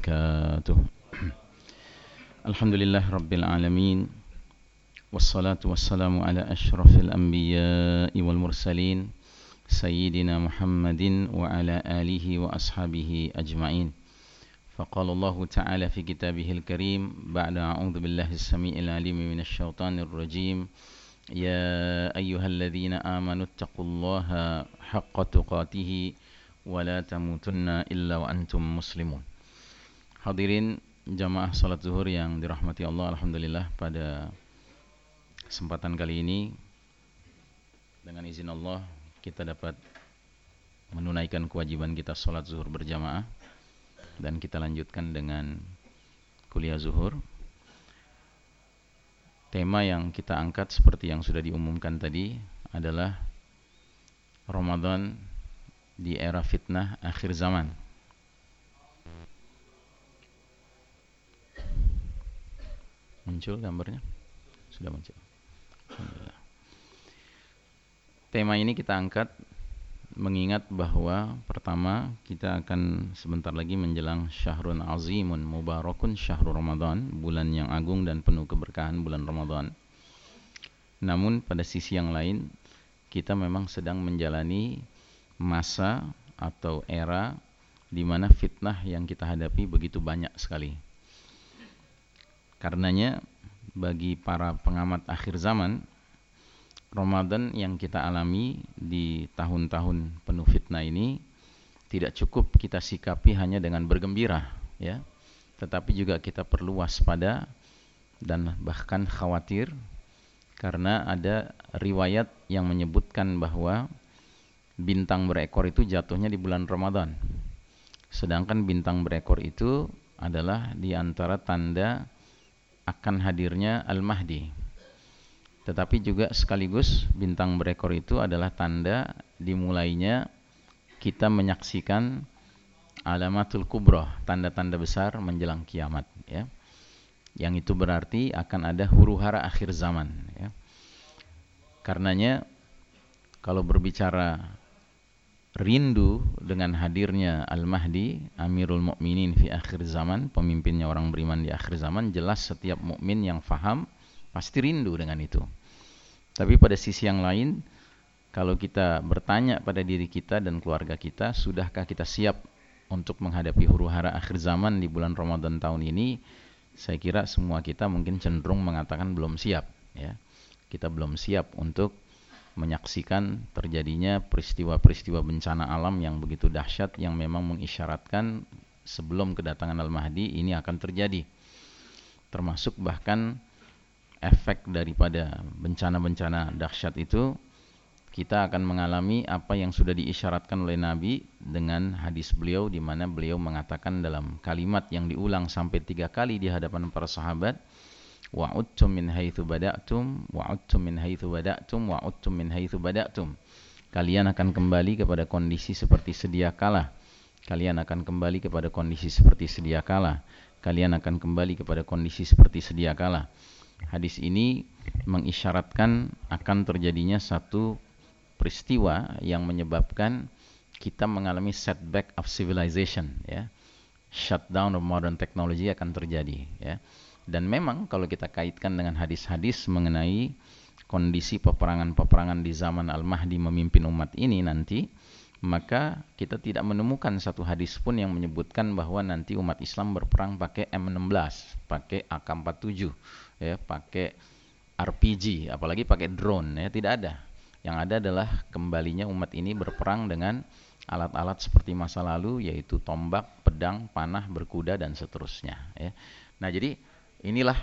وبركاته. الحمد لله رب العالمين، والصلاة والسلام على أشرف الأنبياء والمرسلين سيدنا محمد وعلى آله وأصحابه أجمعين. فقال الله تعالى في كتابه الكريم بعد أعوذ بالله السميع العليم من الشيطان الرجيم: يا أيها الذين آمنوا اتقوا الله حق تقاته ولا تموتن إلا وأنتم مسلمون. Hadirin jamaah salat zuhur yang dirahmati Allah, alhamdulillah pada kesempatan kali ini dengan izin Allah kita dapat menunaikan kewajiban kita salat zuhur berjamaah dan kita lanjutkan dengan kuliah zuhur. Tema yang kita angkat seperti yang sudah diumumkan tadi adalah Ramadan di era fitnah akhir zaman. Muncul gambarnya? Sudah muncul. Alhamdulillah. Tema ini kita angkat mengingat bahwa pertama kita akan sebentar lagi menjelang Syahrun Azimun Mubarakun Syahrul Ramadan, bulan yang agung dan penuh keberkahan bulan Ramadan. Namun pada sisi yang lain kita memang sedang menjalani masa atau era di mana fitnah yang kita hadapi begitu banyak sekali. Karenanya bagi para pengamat akhir zaman, Ramadan yang kita alami di tahun-tahun penuh fitnah ini tidak cukup kita sikapi hanya dengan bergembira, ya. Tetapi juga kita perlu waspada dan bahkan khawatir karena ada riwayat yang menyebutkan bahwa bintang berekor itu jatuhnya di bulan Ramadan. Sedangkan bintang berekor itu adalah di antara tanda akan hadirnya Al-Mahdi. Tetapi juga sekaligus bintang berekor itu adalah tanda dimulainya kita menyaksikan alamatul kubra, tanda-tanda besar menjelang kiamat, ya. Yang itu berarti akan ada huru-hara akhir zaman, ya. Karenanya kalau berbicara rindu dengan hadirnya Al-Mahdi, Amirul Mukminin fi akhir zaman, pemimpinnya orang beriman di akhir zaman, jelas setiap mukmin yang faham pasti rindu dengan itu. Tapi pada sisi yang lain, kalau kita bertanya pada diri kita dan keluarga kita, sudahkah kita siap untuk menghadapi huru-hara akhir zaman di bulan Ramadan tahun ini? Saya kira semua kita mungkin cenderung mengatakan belum siap, ya. Kita belum siap untuk menyaksikan terjadinya peristiwa-peristiwa bencana alam yang begitu dahsyat yang memang mengisyaratkan sebelum kedatangan Al-Mahdi ini akan terjadi. Termasuk bahkan efek daripada bencana-bencana dahsyat itu, kita akan mengalami apa yang sudah diisyaratkan oleh Nabi dengan hadis beliau di mana beliau mengatakan dalam kalimat yang diulang sampai 3 kali di hadapan para sahabat, wa'udtum min haitsu bada'tum wa'udtum min haitsu bada'tum wa'udtum min haitsu bada'tum. Kalian akan kembali kepada kondisi seperti sedia kala. Kalian akan kembali kepada kondisi seperti sedia kala. Kalian akan kembali kepada kondisi seperti sedia kala. Hadis ini mengisyaratkan akan terjadinya satu peristiwa yang menyebabkan kita mengalami setback of civilization, ya. Shutdown of modern technology akan terjadi, ya. Dan memang kalau kita kaitkan dengan hadis-hadis mengenai kondisi peperangan-peperangan di zaman Al-Mahdi memimpin umat ini nanti, maka kita tidak menemukan satu hadis pun yang menyebutkan bahwa nanti umat Islam berperang pakai M16, pakai AK-47, ya, pakai RPG, apalagi pakai drone, ya, tidak ada. Yang ada adalah kembalinya umat ini berperang dengan alat-alat seperti masa lalu, yaitu tombak, pedang, panah, berkuda dan seterusnya, ya. Nah, jadi inilah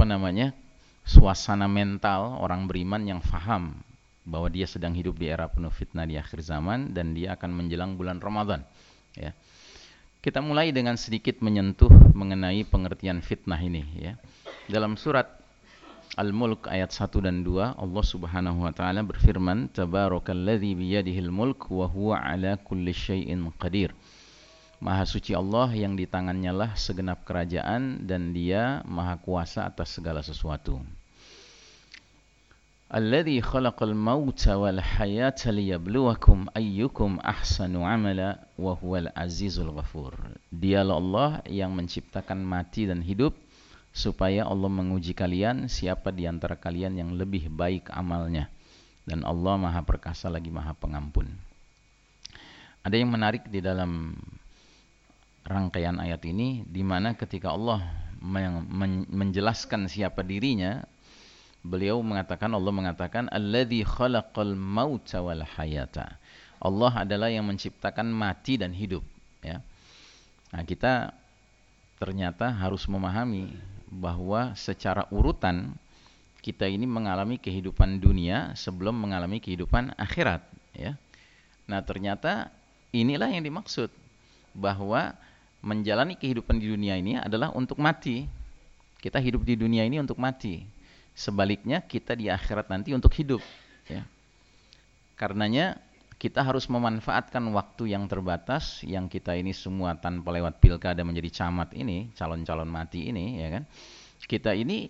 suasana mental orang beriman yang faham bahwa dia sedang hidup di era penuh fitnah di akhir zaman dan dia akan menjelang bulan Ramadan, ya. Kita mulai dengan sedikit menyentuh mengenai pengertian fitnah ini, ya. Dalam surat Al-Mulk ayat 1 dan 2 Allah Subhanahu wa taala berfirman, Tabarakalladzi biyadihil mulk wa huwa ala kulli syai'in qadir. Maha suci Allah yang di tangannya lah segenap kerajaan dan dia maha kuasa atas segala sesuatu. Alladzi khalaqal mauta wal hayata liyabluwakum ayyukum ahsanu amala wa huwal azizul ghafur. Dialah Allah yang menciptakan mati dan hidup supaya Allah menguji kalian siapa di antara kalian yang lebih baik amalnya. Dan Allah Maha Perkasa lagi Maha Pengampun. Ada yang menarik di dalam rangkaian ayat ini, di mana ketika Allah menjelaskan siapa dirinya, Allah mengatakan alladzi khalaqal mauta wal hayata. Allah adalah yang menciptakan mati dan hidup, ya. Nah, kita ternyata harus memahami bahwa secara urutan kita ini mengalami kehidupan dunia sebelum mengalami kehidupan akhirat, ya. Nah, ternyata inilah yang dimaksud, bahwa menjalani kehidupan di dunia ini adalah untuk mati. Kita hidup di dunia ini untuk mati. Sebaliknya kita di akhirat nanti untuk hidup, ya. Karenanya kita harus memanfaatkan waktu yang terbatas yang kita ini semua tanpa lewat pilkada menjadi camat ini, calon-calon mati ini, ya kan. Kita ini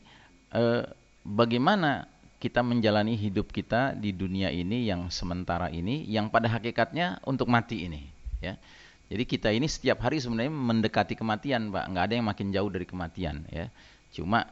bagaimana kita menjalani hidup kita di dunia ini yang sementara ini, yang pada hakikatnya untuk mati ini, ya. Jadi kita ini setiap hari sebenarnya mendekati kematian, Pak. Nggak ada yang makin jauh dari kematian, ya. Cuma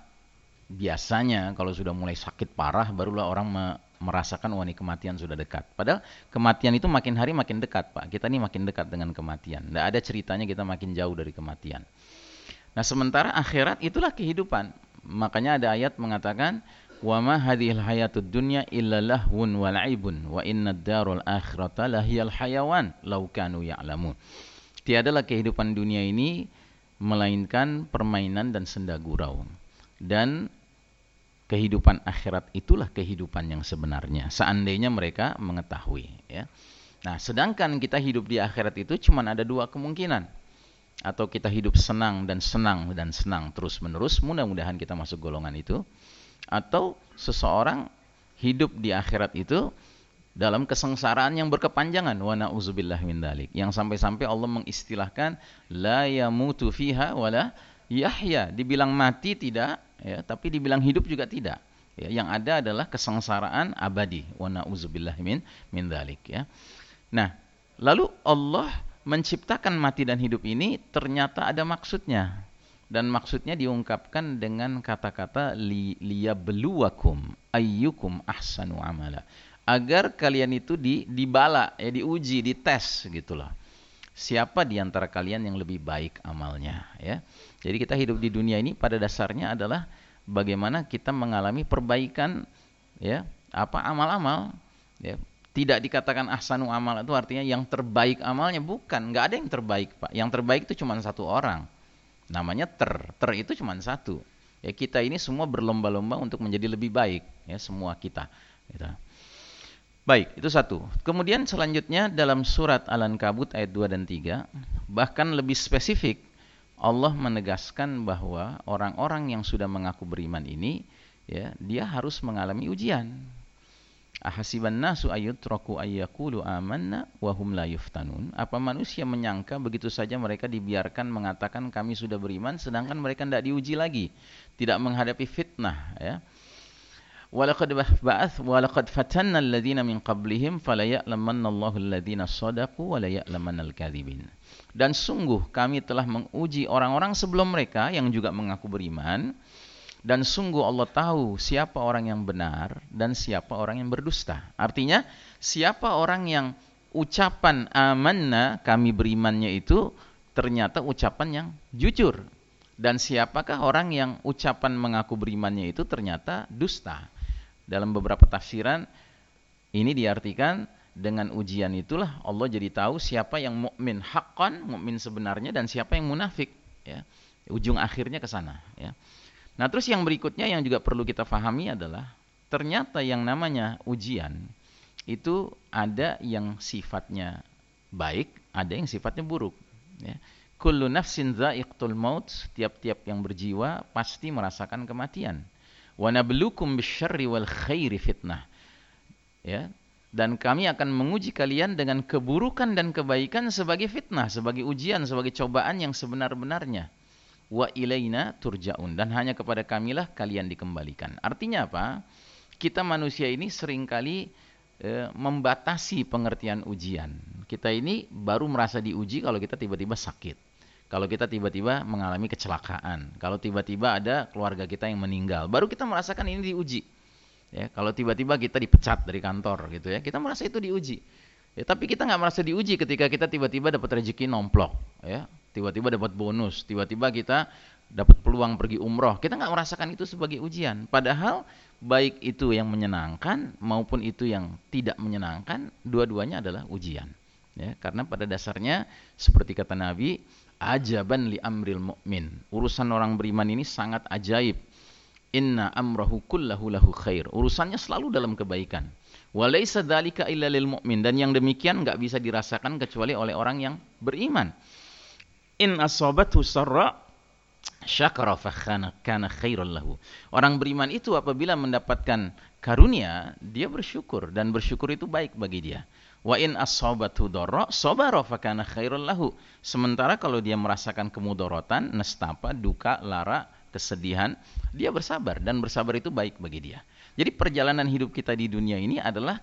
biasanya kalau sudah mulai sakit parah barulah orang merasakan wah, ini kematian sudah dekat. Padahal kematian itu makin hari makin dekat, Pak. Kita ini makin dekat dengan kematian. Nggak ada ceritanya kita makin jauh dari kematian. Nah, sementara akhirat itulah kehidupan. Makanya ada ayat mengatakan, wa ma hadhil hayatud dunya illa lahwun wa la'ibun wa innad darul akhirata lahiyal hayawan law kanu ya'lamun. Tiadalah kehidupan dunia ini melainkan permainan dan senda gurau. Dan kehidupan akhirat itulah kehidupan yang sebenarnya, seandainya mereka mengetahui, ya. Nah, sedangkan kita hidup di akhirat itu cuma ada dua kemungkinan. Atau kita hidup senang dan senang dan senang terus-menerus, mudah-mudahan kita masuk golongan itu. Atau seseorang hidup di akhirat itu dalam kesengsaraan yang berkepanjangan, wa na'udzubillah min dzalik. Yang sampai-sampai Allah mengistilahkan la yamutu fiha wala yahya, dibilang mati tidak, ya, tapi dibilang hidup juga tidak. Ya, yang ada adalah kesengsaraan abadi. Wa na'udzubillah min dzalik, ya. Nah, lalu Allah menciptakan mati dan hidup ini ternyata ada maksudnya. Dan maksudnya diungkapkan dengan kata-kata liyabluwakum ayyukum ahsanu amala. Agar kalian itu dibala, ya, diuji, dites gitulah. Siapa di antara kalian yang lebih baik amalnya, ya. Jadi kita hidup di dunia ini pada dasarnya adalah bagaimana kita mengalami perbaikan, ya, amal-amal, ya. Tidak dikatakan ahsanu amal itu artinya yang terbaik amalnya, bukan, nggak ada yang terbaik, Pak. Yang terbaik itu cuma satu orang. Namanya ter itu cuma satu. Ya, kita ini semua berlomba-lomba untuk menjadi lebih baik, ya, semua kita. Gitu. Baik, itu satu. Kemudian selanjutnya dalam surat Al-Ankabut ayat 2 dan 3, bahkan lebih spesifik, Allah menegaskan bahwa orang-orang yang sudah mengaku beriman ini, ya, dia harus mengalami ujian. Ahasiban nasu ayyutraku ayyaqulu amanna wa hum la yuftanun. Apa manusia menyangka begitu saja mereka dibiarkan mengatakan kami sudah beriman sedangkan mereka tidak diuji lagi, tidak menghadapi fitnah, ya. Walaqad fatanna alladhina min qablihim falaya'lamanna Allahu alladhina shadaqu wa laya'lamannal kadhibin. Dan sungguh kami telah menguji orang-orang sebelum mereka yang juga mengaku beriman, dan sungguh Allah tahu siapa orang yang benar dan siapa orang yang berdusta. Artinya, siapa orang yang ucapan amanna, kami berimannya itu ternyata ucapan yang jujur, dan siapakah orang yang ucapan mengaku berimannya itu ternyata dusta. Dalam beberapa tafsiran ini diartikan dengan ujian itulah Allah jadi tahu siapa yang mukmin haqqan, mukmin sebenarnya, dan siapa yang munafik, ya. Ujung akhirnya ke sana, ya. Nah, terus yang berikutnya yang juga perlu kita pahami adalah ternyata yang namanya ujian itu ada yang sifatnya baik, ada yang sifatnya buruk, ya. Kullu nafsin dha'iqatul maut, tiap-tiap yang berjiwa pasti merasakan kematian. Wa nabluukum bisyarri wal khairi fitnah, ya. Dan kami akan menguji kalian dengan keburukan dan kebaikan sebagai fitnah, sebagai ujian, sebagai cobaan yang sebenar-benarnya. Wa ilaina turja'un, dan hanya kepada kamilah kalian dikembalikan. Artinya apa? Kita manusia ini seringkali membatasi pengertian ujian. Kita ini baru merasa diuji kalau kita tiba-tiba sakit. Kalau kita tiba-tiba mengalami kecelakaan. Kalau tiba-tiba ada keluarga kita yang meninggal. Baru kita merasakan ini diuji. Ya, kalau tiba-tiba kita dipecat dari kantor gitu ya, kita merasa itu diuji. Ya, tapi kita nggak merasa diuji ketika kita tiba-tiba dapat rezeki nomplok, ya, tiba-tiba dapat bonus, tiba-tiba kita dapat peluang pergi umroh. Kita nggak merasakan itu sebagai ujian. Padahal baik itu yang menyenangkan maupun itu yang tidak menyenangkan, dua-duanya adalah ujian. Ya, karena pada dasarnya seperti kata Nabi, ajaban li amril mu'min. Urusan orang beriman ini sangat ajaib. Inna amrahu kullahu lahu khair. Urusannya selalu dalam kebaikan. Walaysa dzalika illa lil mu'min, dan yang demikian enggak bisa dirasakan kecuali oleh orang yang beriman. In asabathu sarra syakara fa kana khairan lahu. Orang beriman itu apabila mendapatkan karunia, dia bersyukur, dan bersyukur itu baik bagi dia. Wa in asabathu dharra sabara fa kana khairan lahu. Sementara kalau dia merasakan kemudorotan, nestapa, duka, lara, kesedihan, dia bersabar, dan bersabar itu baik bagi dia. Jadi perjalanan hidup kita di dunia ini adalah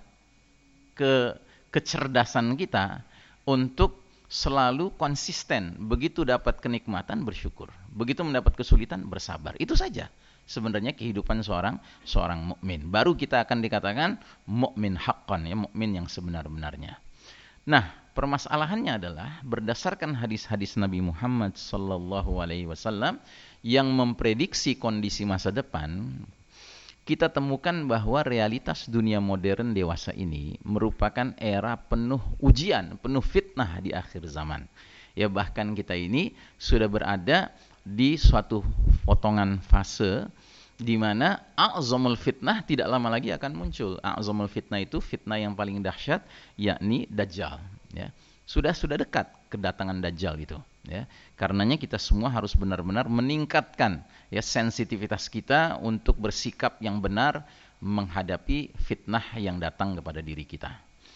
kecerdasan kita untuk selalu konsisten. Begitu dapat kenikmatan bersyukur, begitu mendapat kesulitan bersabar. Itu saja sebenarnya kehidupan seorang mukmin. Baru kita akan dikatakan mukmin haqqan, ya, mukmin yang sebenar-benarnya. Nah, permasalahannya adalah berdasarkan hadis-hadis Nabi Muhammad sallallahu alaihi wasallam yang memprediksi kondisi masa depan, kita temukan bahwa realitas dunia modern dewasa ini merupakan era penuh ujian, penuh fitnah di akhir zaman. Ya, bahkan kita ini sudah berada di suatu potongan fase di mana a'zamul fitnah tidak lama lagi akan muncul. A'zamul fitnah itu fitnah yang paling dahsyat, yakni Dajjal. Ya, sudah dekat kedatangan Dajjal itu. Ya, karenanya kita semua harus benar-benar meningkatkan, ya, sensitivitas kita untuk bersikap yang benar menghadapi fitnah yang datang kepada diri kita.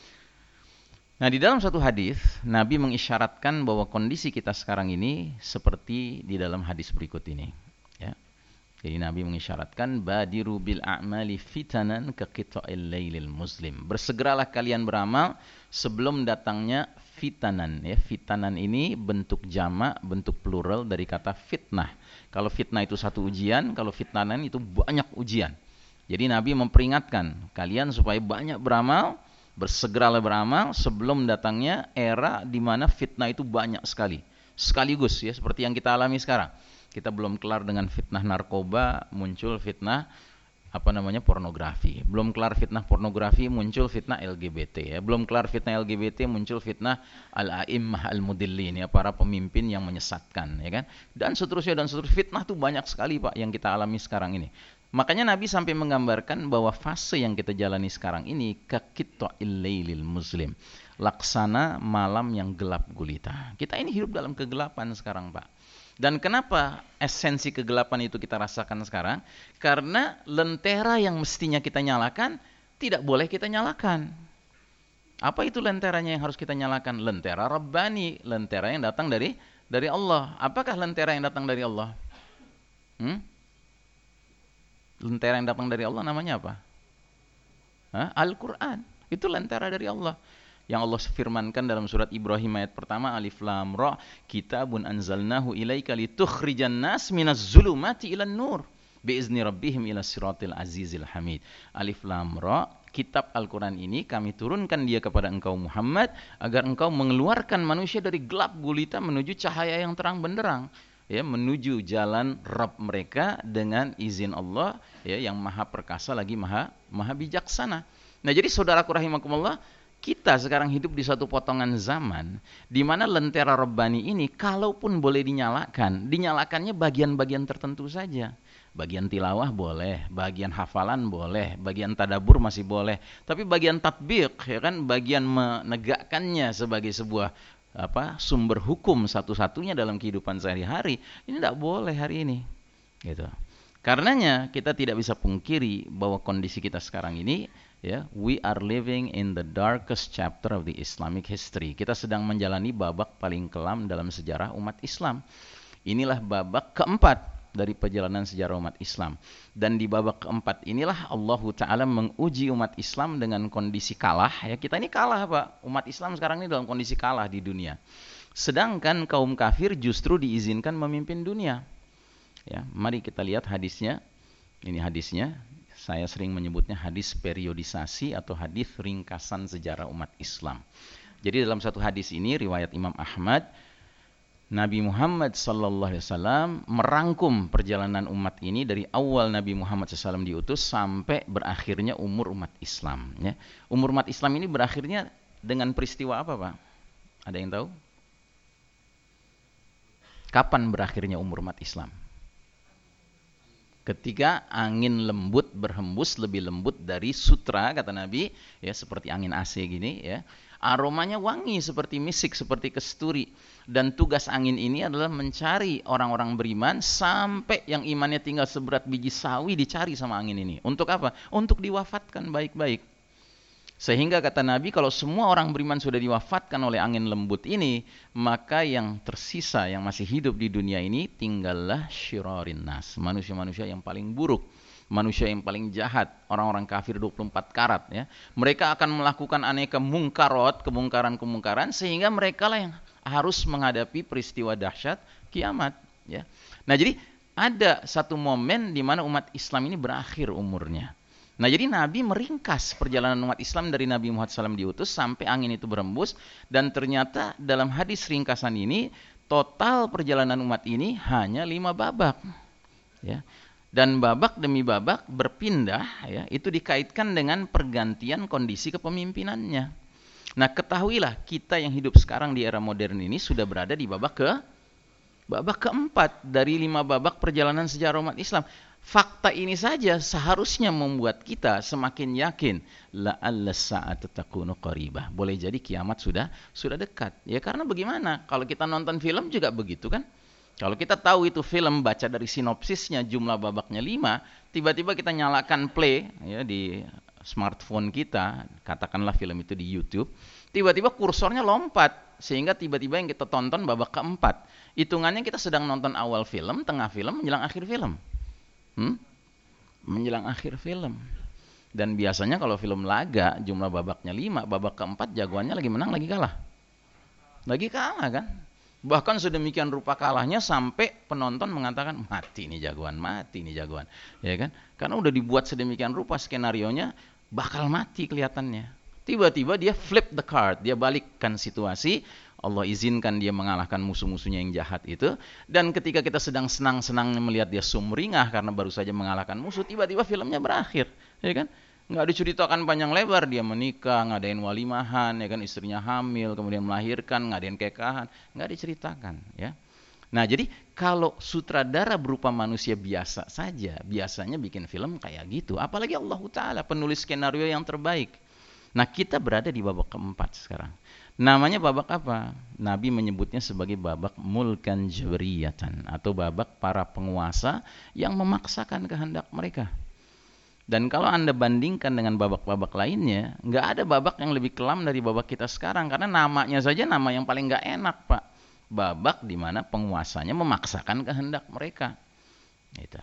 Nah, di dalam satu hadis Nabi mengisyaratkan bahwa kondisi kita sekarang ini seperti di dalam hadis berikut ini. Ya. Jadi Nabi mengisyaratkan badiru bil a'mali fitanan ka qita'il lailil muslim. Bersegeralah kalian beramal sebelum datangnya fitanan, ya. Fitanan ini bentuk jamak, bentuk plural dari kata fitnah. Kalau fitnah itu satu ujian, kalau fitanan itu banyak ujian. Jadi Nabi memperingatkan kalian supaya banyak beramal, bersegeralah beramal sebelum datangnya era di mana fitnah itu banyak sekali. Sekaligus, ya, seperti yang kita alami sekarang. Kita belum kelar dengan fitnah narkoba, muncul fitnah pornografi. Belum kelar fitnah pornografi, muncul fitnah LGBT, ya. Belum kelar fitnah LGBT, muncul fitnah al-a'immah al-mudillin, ya, para pemimpin yang menyesatkan, ya kan? Dan seterusnya. Fitnah tuh banyak sekali, Pak, yang kita alami sekarang ini. Makanya Nabi sampai menggambarkan bahwa fase yang kita jalani sekarang ini kaqita'il lailil muslim. Laksana malam yang gelap gulita. Kita ini hidup dalam kegelapan sekarang, Pak. Dan kenapa esensi kegelapan itu kita rasakan sekarang? Karena lentera yang mestinya kita nyalakan, tidak boleh kita nyalakan. Apa itu lenteranya yang harus kita nyalakan? Lentera Rabbani, lentera yang datang dari Allah. Apakah lentera yang datang dari Allah? Lentera yang datang dari Allah namanya apa? Al-Quran. Itu lentera dari Allah. Yang Allah firmankan dalam surat Ibrahim ayat pertama, Alif Lam Ra, kitabun anzalnahu ilaika litukhrijan nas minaz zulumati ilan nur biizni rabbihim ila siratil azizil hamid. Alif Lam Ra, kitab Al-Quran ini kami turunkan dia kepada engkau Muhammad agar engkau mengeluarkan manusia dari gelap gulita menuju cahaya yang terang benderang, ya, menuju jalan Rabb mereka dengan izin Allah, ya, yang maha perkasa lagi maha bijaksana. Nah, jadi saudaraku rahimakumullah, kita sekarang hidup di satu potongan zaman di mana lentera Rabbani ini kalaupun boleh dinyalakannya bagian-bagian tertentu saja. Bagian tilawah boleh, bagian hafalan boleh, bagian tadabur masih boleh. Tapi bagian tatbiq, ya kan, bagian menegakkannya sebagai sebuah sumber hukum satu-satunya dalam kehidupan sehari-hari, ini tidak boleh hari ini. Gitu. Karenanya kita tidak bisa pungkiri bahwa kondisi kita sekarang ini, ya, we are living in the darkest chapter of the Islamic history. Kita sedang menjalani babak paling kelam dalam sejarah umat Islam. Inilah babak keempat dari perjalanan sejarah umat Islam. Dan di babak keempat inilah Allah Ta'ala menguji umat Islam dengan kondisi kalah. Ya, kita ini kalah, Pak. Umat Islam sekarang ini dalam kondisi kalah di dunia. Sedangkan kaum kafir justru diizinkan memimpin dunia. Ya, mari kita lihat hadisnya. Ini hadisnya. Saya sering menyebutnya hadis periodisasi atau hadis ringkasan sejarah umat Islam. Jadi dalam satu hadis ini riwayat Imam Ahmad, Nabi Muhammad SAW merangkum perjalanan umat ini dari awal Nabi Muhammad SAW diutus sampai berakhirnya umur umat Islam. Ya. Umur umat Islam ini berakhirnya dengan peristiwa apa, Pak? Ada yang tahu? Kapan berakhirnya umur umat Islam? Ketika angin lembut berhembus, lebih lembut dari sutra, kata Nabi, ya seperti angin AC gini, ya. Aromanya wangi seperti misik, seperti kesturi. Dan tugas angin ini adalah mencari orang-orang beriman sampai yang imannya tinggal seberat biji sawi dicari sama angin ini. Untuk apa? Untuk diwafatkan baik-baik. Sehingga kata Nabi, kalau semua orang beriman sudah diwafatkan oleh angin lembut ini, maka yang tersisa, yang masih hidup di dunia ini, tinggallah syirarin nas. Manusia-manusia yang paling buruk. Manusia yang paling jahat, orang-orang kafir 24 karat. Ya. Mereka akan melakukan aneka mungkarat, kemungkaran-kemungkaran, sehingga mereka lah yang harus menghadapi peristiwa dahsyat kiamat. Ya. Nah jadi ada satu momen di mana umat Islam ini berakhir umurnya. Nah jadi Nabi meringkas perjalanan umat Islam dari Nabi Muhammad SAW diutus sampai angin itu berembus. Dan ternyata dalam hadis ringkasan ini, total perjalanan umat ini hanya 5 babak. Ya. Dan babak demi babak berpindah, ya, itu dikaitkan dengan pergantian kondisi kepemimpinannya. Nah ketahuilah kita yang hidup sekarang di era modern ini sudah berada di babak keempat dari 5 babak perjalanan sejarah umat Islam. Fakta ini saja seharusnya membuat kita semakin yakin la'alla sa'ata takunu qaribah. Boleh jadi kiamat sudah dekat. Ya karena bagaimana? Kalau kita nonton film juga begitu kan? Kalau kita tahu itu film, baca dari sinopsisnya jumlah babaknya 5, tiba-tiba kita nyalakan play ya di smartphone kita, katakanlah film itu di YouTube, tiba-tiba kursornya lompat sehingga tiba-tiba yang kita tonton babak keempat. Hitungannya kita sedang nonton awal film, tengah film, menjelang akhir film. Menjelang akhir film. Dan biasanya kalau film laga jumlah babaknya 5, babak keempat jagoannya lagi menang, lagi kalah. Lagi kalah kan? Bahkan sedemikian rupa kalahnya sampai penonton mengatakan mati nih jagoan. Ya kan? Karena udah dibuat sedemikian rupa skenarionya bakal mati kelihatannya. Tiba-tiba dia flip the card, dia balikkan situasi. Allah izinkan dia mengalahkan musuh-musuhnya yang jahat itu. Dan ketika kita sedang senang-senangnya melihat dia sumringah karena baru saja mengalahkan musuh, tiba-tiba filmnya berakhir, ya kan? Nggak diceritakan panjang lebar, dia menikah, ngadain walimahan, ya kan, istrinya hamil, kemudian melahirkan, ngadain kekahan, nggak diceritakan, ya. Nah, jadi kalau sutradara berupa manusia biasa saja, biasanya bikin film kayak gitu, apalagi Allah Ta'ala, penulis skenario yang terbaik. Nah, kita berada di babak keempat sekarang. Namanya babak apa? Nabi menyebutnya sebagai babak mulkan jabriyatan, atau babak para penguasa yang memaksakan kehendak mereka. Dan kalau Anda bandingkan dengan babak-babak lainnya, nggak ada babak yang lebih kelam dari babak kita sekarang. Karena namanya saja nama yang paling nggak enak, Pak. Babak di mana penguasanya memaksakan kehendak mereka. Gitu.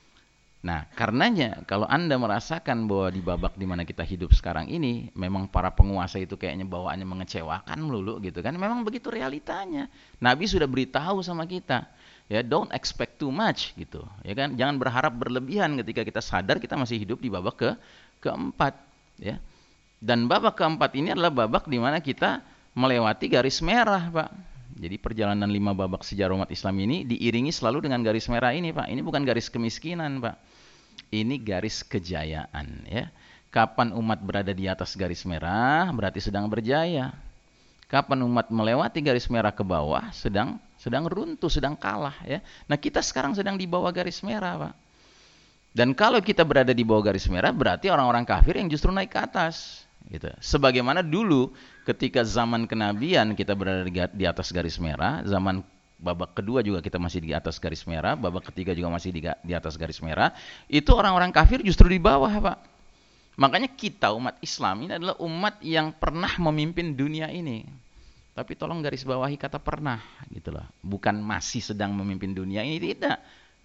Nah, karenanya kalau Anda merasakan bahwa di babak di mana kita hidup sekarang ini, memang para penguasa itu kayaknya bawaannya mengecewakan melulu gitu kan. Memang begitu realitanya. Nabi sudah beritahu sama kita. Ya, don't expect too much gitu, ya kan? Jangan berharap berlebihan ketika kita sadar kita masih hidup di babak keempat, ya. Dan babak keempat ini adalah babak di mana kita melewati garis merah, Pak. Jadi perjalanan 5 babak sejarah umat Islam ini diiringi selalu dengan garis merah ini, Pak. Ini bukan garis kemiskinan, Pak. Ini garis kejayaan, ya. Kapan umat berada di atas garis merah, berarti sedang berjaya. Kapan umat melewati garis merah ke bawah, sedang runtuh, sedang kalah, ya. Nah, kita sekarang sedang di bawah garis merah, Pak. Dan kalau kita berada di bawah garis merah, berarti orang-orang kafir yang justru naik ke atas, gitu. Sebagaimana dulu ketika zaman kenabian kita berada di atas garis merah, zaman babak kedua juga kita masih di atas garis merah, babak ketiga juga masih di atas garis merah, itu orang-orang kafir justru di bawah, Pak. Makanya kita umat Islam ini adalah umat yang pernah memimpin dunia ini. Tapi tolong garis bawahi kata pernah, gitu loh. Bukan masih sedang memimpin dunia ini, tidak.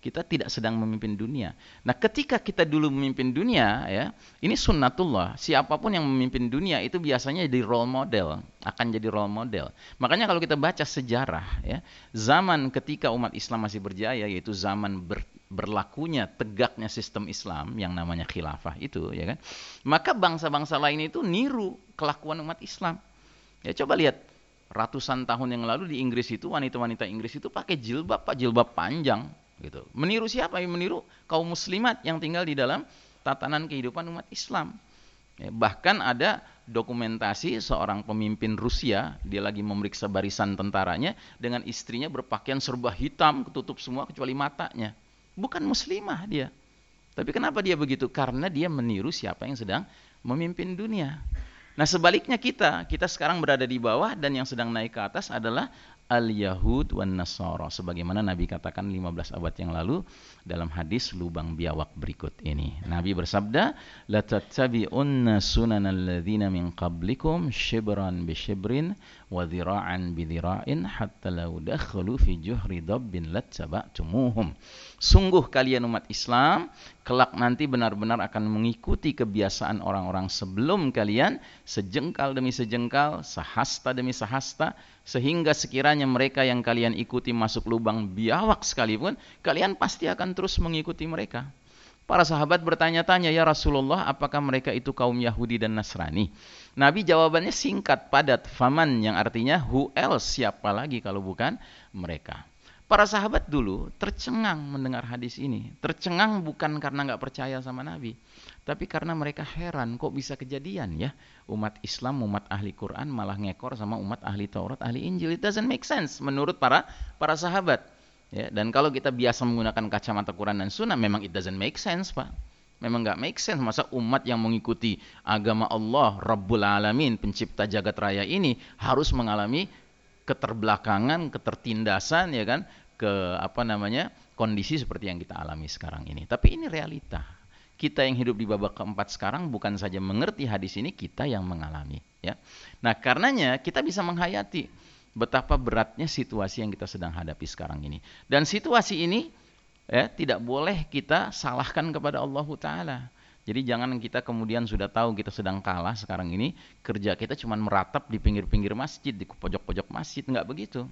Kita tidak sedang memimpin dunia. Nah, ketika kita dulu memimpin dunia, ya, ini sunnatullah. Siapapun yang memimpin dunia itu biasanya jadi role model, akan jadi role model. Makanya kalau kita baca sejarah, ya, zaman ketika umat Islam masih berjaya, yaitu zaman berlakunya tegaknya sistem Islam yang namanya khilafah itu, ya kan? Maka bangsa-bangsa lain itu niru kelakuan umat Islam. Ya, coba lihat ratusan tahun yang lalu di Inggris itu wanita-wanita Inggris itu pakai jilbab, Pak, jilbab panjang gitu. Meniru siapa? Meniru kaum muslimat yang tinggal di dalam tatanan kehidupan umat Islam. Ya, bahkan ada dokumentasi seorang pemimpin Rusia, dia lagi memeriksa barisan tentaranya dengan istrinya berpakaian serba hitam, ketutup semua kecuali matanya. Bukan muslimah dia. Tapi kenapa dia begitu? Karena dia meniru siapa yang sedang memimpin dunia. Nah, sebaliknya kita sekarang berada di bawah dan yang sedang naik ke atas adalah al-Yahud wan Nasara, sebagaimana Nabi katakan 15 abad yang lalu dalam hadis lubang biawak berikut ini. Nabi bersabda, la tattabi'unna sunanal ladzina min qablikum shibran bi shibrin wa dhira'an bi dhira'in hatta law dakhalu fi juhri dabbin lattaba'tumuhum. Sungguh kalian umat Islam kelak nanti benar-benar akan mengikuti kebiasaan orang-orang sebelum kalian, sejengkal demi sejengkal, sehasta demi sehasta, sehingga sekiranya mereka yang kalian ikuti masuk lubang biawak sekalipun, kalian pasti akan terus mengikuti mereka. Para sahabat bertanya-tanya, ya Rasulullah, apakah mereka itu kaum Yahudi dan Nasrani? Nabi jawabannya singkat, padat, faman, yang artinya who else, siapa lagi kalau bukan mereka. Para sahabat dulu tercengang mendengar hadis ini. Tercengang bukan karena nggak percaya sama Nabi, tapi karena mereka heran, kok bisa kejadian ya umat Islam, umat ahli Quran malah ngekor sama umat ahli Taurat, ahli Injil. It doesn't make sense menurut para sahabat. Ya, dan kalau kita biasa menggunakan kacamata Quran dan Sunnah, memang it doesn't make sense, Pak. Memang nggak make sense. Masa umat yang mengikuti agama Allah, Rabbul Alamin, pencipta jagat raya ini harus mengalami keterbelakangan, ketertindasan, ya kan? Kondisi seperti yang kita alami sekarang ini. Tapi ini realita. Kita yang hidup di babak keempat sekarang bukan saja mengerti hadis ini, kita yang mengalami, ya. Nah, karenanya kita bisa menghayati betapa beratnya situasi yang kita sedang hadapi sekarang ini. Dan situasi ini ya tidak boleh kita salahkan kepada Allah Ta'ala. Jadi jangan kita kemudian sudah tahu kita sedang kalah sekarang ini, kerja kita cuma meratap di pinggir-pinggir masjid, di pojok-pojok masjid. Enggak begitu.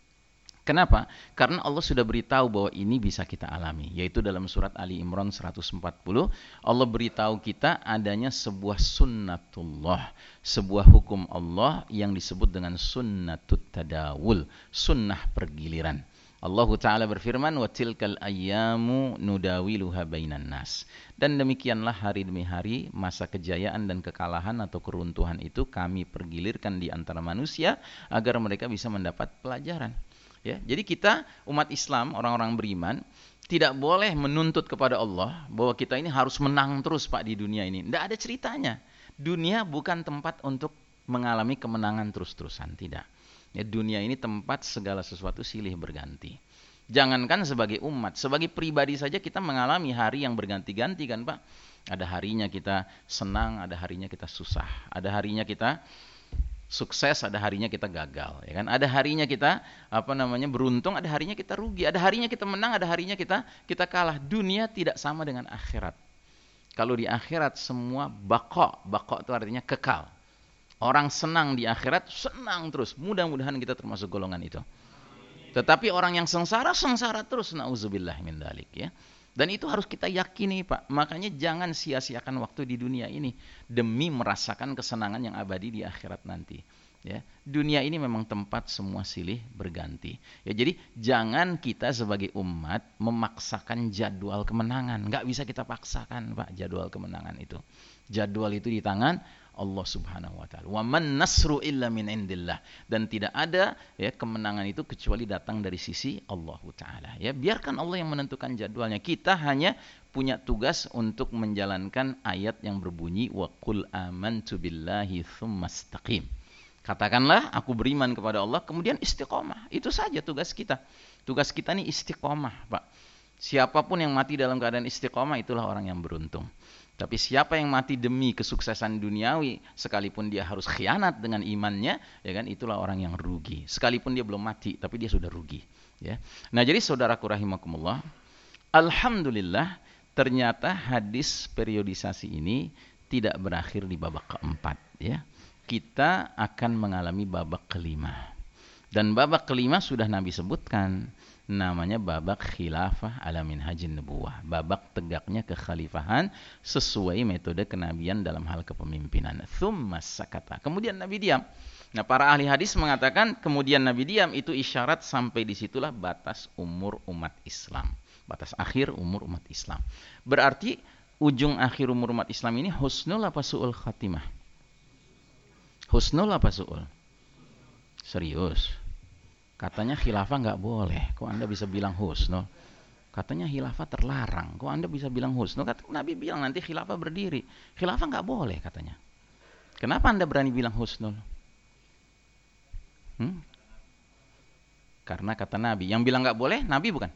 Kenapa? Karena Allah sudah beritahu bahwa ini bisa kita alami, yaitu dalam surat Ali Imran 140, Allah beritahu kita adanya sebuah sunnatullah, sebuah hukum Allah yang disebut dengan sunnatut tadawul, sunnah pergiliran. Allah Ta'ala berfirman, wa tilkal ayyamu nudawiluha bainan nas. Dan demikianlah hari demi hari masa kejayaan dan kekalahan atau keruntuhan itu kami pergilirkan di antara manusia agar mereka bisa mendapat pelajaran. Ya, jadi kita umat Islam, orang-orang beriman, tidak boleh menuntut kepada Allah bahwa kita ini harus menang terus, Pak, di dunia ini. Tidak ada ceritanya. Dunia bukan tempat untuk mengalami kemenangan terus-terusan, tidak. Ya, dunia ini tempat segala sesuatu silih berganti. Jangankan sebagai umat, sebagai pribadi saja kita mengalami hari yang berganti-ganti kan, Pak. Ada harinya kita senang, ada harinya kita susah, ada harinya kita sukses, ada harinya kita gagal, ya kan? Ada harinya kita beruntung, ada harinya kita rugi, ada harinya kita menang, ada harinya kita kalah. Dunia tidak sama dengan akhirat. Kalau di akhirat semua bako itu artinya kekal. Orang senang di akhirat, senang terus. Mudah-mudahan kita termasuk golongan itu. Tetapi orang yang sengsara terus, nauzubillah min dzalik, ya. Dan itu harus kita yakini, Pak. Makanya jangan sia-siakan waktu di dunia ini demi merasakan kesenangan yang abadi di akhirat nanti. Ya, dunia ini memang tempat semua silih berganti. Ya, jadi jangan kita sebagai umat memaksakan jadwal kemenangan. Nggak bisa kita paksakan, Pak, jadwal kemenangan itu. Jadwal itu di tangan Allah Subhanahu wa taala. Wa man nasru illa min indillah. Dan tidak ada ya kemenangan itu kecuali datang dari sisi Allah taala. Ya, biarkan Allah yang menentukan jadwalnya. Kita hanya punya tugas untuk menjalankan ayat yang berbunyi wa qul amantu billahi tsumastaqim. Katakanlah aku beriman kepada Allah, kemudian istiqomah. Itu saja tugas kita. Tugas kita nih istiqomah, Pak. Siapapun yang mati dalam keadaan istiqomah itulah orang yang beruntung. Tapi siapa yang mati demi kesuksesan duniawi, sekalipun dia harus khianat dengan imannya, ya kan, itulah orang yang rugi. Sekalipun dia belum mati, tapi dia sudah rugi. Ya. Nah, jadi saudaraku rahimakumullah, Alhamdulillah, ternyata hadis periodisasi ini tidak berakhir di babak keempat, ya. Kita akan mengalami babak kelima. Dan babak kelima sudah Nabi sebutkan, namanya babak khilafah ala minhajin nubuwah, babak tegaknya kekhalifahan sesuai metode kenabian dalam hal kepemimpinan. Tsumma sakata. Kemudian Nabi diam. Nah, para ahli hadis mengatakan kemudian Nabi diam itu isyarat sampai disitulah batas umur umat Islam. Batas akhir umur umat Islam. Berarti ujung akhir umur umat Islam ini husnul apa su'ul khatimah? Husnul apa su'ul? Serius. Katanya khilafah nggak boleh. Kok Anda bisa bilang husnul? Katanya khilafah terlarang. Kok Anda bisa bilang husnul? Kata Nabi bilang nanti khilafah berdiri. Khilafah nggak boleh katanya. Kenapa Anda berani bilang husnul? Karena kata Nabi. Yang bilang nggak boleh, Nabi bukan?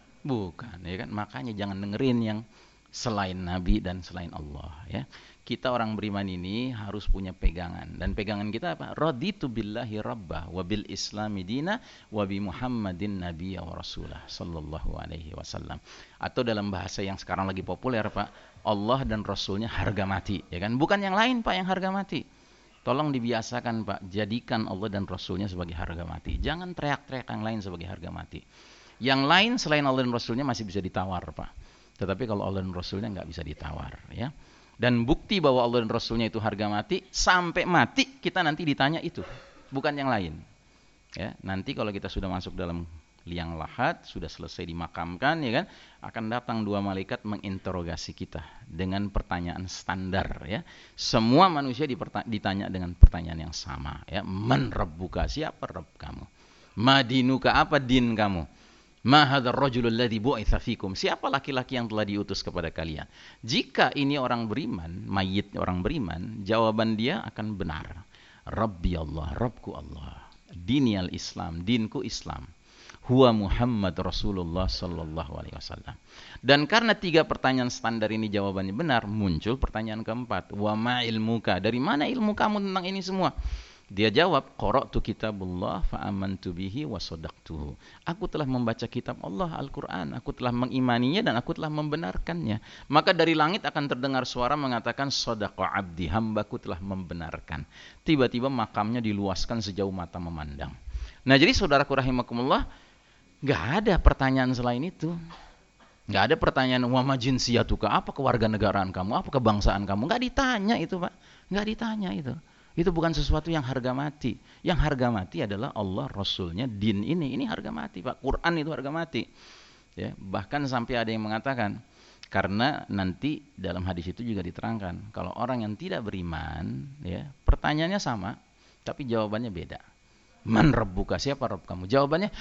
Bukan, ya kan? Makanya jangan dengerin yang selain Nabi dan selain Allah, ya. Kita orang beriman ini harus punya pegangan, dan pegangan kita apa? Raditu billahi rabbah wa bil islami dina wa bi Muhammadin nabiyya wa rasulah sallallahu alaihi wasallam. Atau dalam bahasa yang sekarang lagi populer, Pak, Allah dan Rasulnya harga mati, ya kan? Bukan yang lain, Pak, yang harga mati. Tolong dibiasakan, Pak, jadikan Allah dan Rasulnya sebagai harga mati. Jangan teriak-teriak yang lain sebagai harga mati. Yang lain selain Allah dan Rasulnya masih bisa ditawar, Pak. Tetapi kalau Allah dan Rasulnya nggak bisa ditawar, ya. Dan bukti bahwa Allah dan Rasulnya itu harga mati, sampai mati kita nanti ditanya itu, bukan yang lain. Ya, nanti kalau kita sudah masuk dalam liang lahat, sudah selesai dimakamkan, ya kan, akan datang dua malaikat menginterogasi kita dengan pertanyaan standar, ya. Semua manusia ditanya dengan pertanyaan yang sama, ya. Man rabbuka, siapa Rabb kamu? Madinuka, apa din kamu? Ma hadzal rajulul ladzi bu'itsa fikum, siapa laki-laki yang telah diutus kepada kalian? Jika ini orang beriman, mayit orang beriman, jawaban dia akan benar. Rabbi Allah, Rabbku Allah. Diniyal Islam, dinku Islam. Huwa Muhammad Rasulullah sallallahu alaihi wasallam. Dan karena tiga pertanyaan standar ini jawabannya benar, muncul pertanyaan keempat. Wa ma ilmuka, dari mana ilmu kamu tentang ini semua? Dia jawab, qara'tu kitabullah fa amantu bihi wa shadaqtuhu. Aku telah membaca kitab Allah, Al-Qur'an, aku telah mengimaninya dan aku telah membenarkannya. Maka dari langit akan terdengar suara mengatakan shadaqa abdi, hambaku telah membenarkan. Tiba-tiba makamnya diluaskan sejauh mata memandang. Nah, jadi saudaraku rahimakumullah, enggak ada pertanyaan selain itu. Enggak ada pertanyaan wa ma jinsiyatuka, apa kewarganegaraan kamu, apa kebangsaan kamu, enggak ditanya itu, Pak. Enggak ditanya itu. Itu bukan sesuatu yang harga mati. Yang harga mati adalah Allah, Rasulnya, din ini harga mati, Pak. Quran itu harga mati. Ya, bahkan sampai ada yang mengatakan, karena nanti dalam hadis itu juga diterangkan, kalau orang yang tidak beriman, ya, pertanyaannya sama, tapi jawabannya beda. Man rabbuka, siapa Rabb kamu? Jawabannya,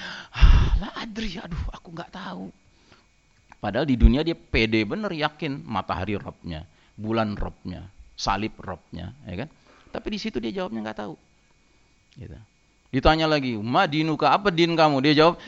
la adri, aduh, aku nggak tahu. Padahal di dunia dia pede bener, yakin matahari Rabbnya, bulan Rabbnya, salib Rabbnya, ya kan? Tapi di situ dia jawabnya nggak tahu. Gitu. Ditanya lagi, madinuka, apa din kamu? Dia jawab,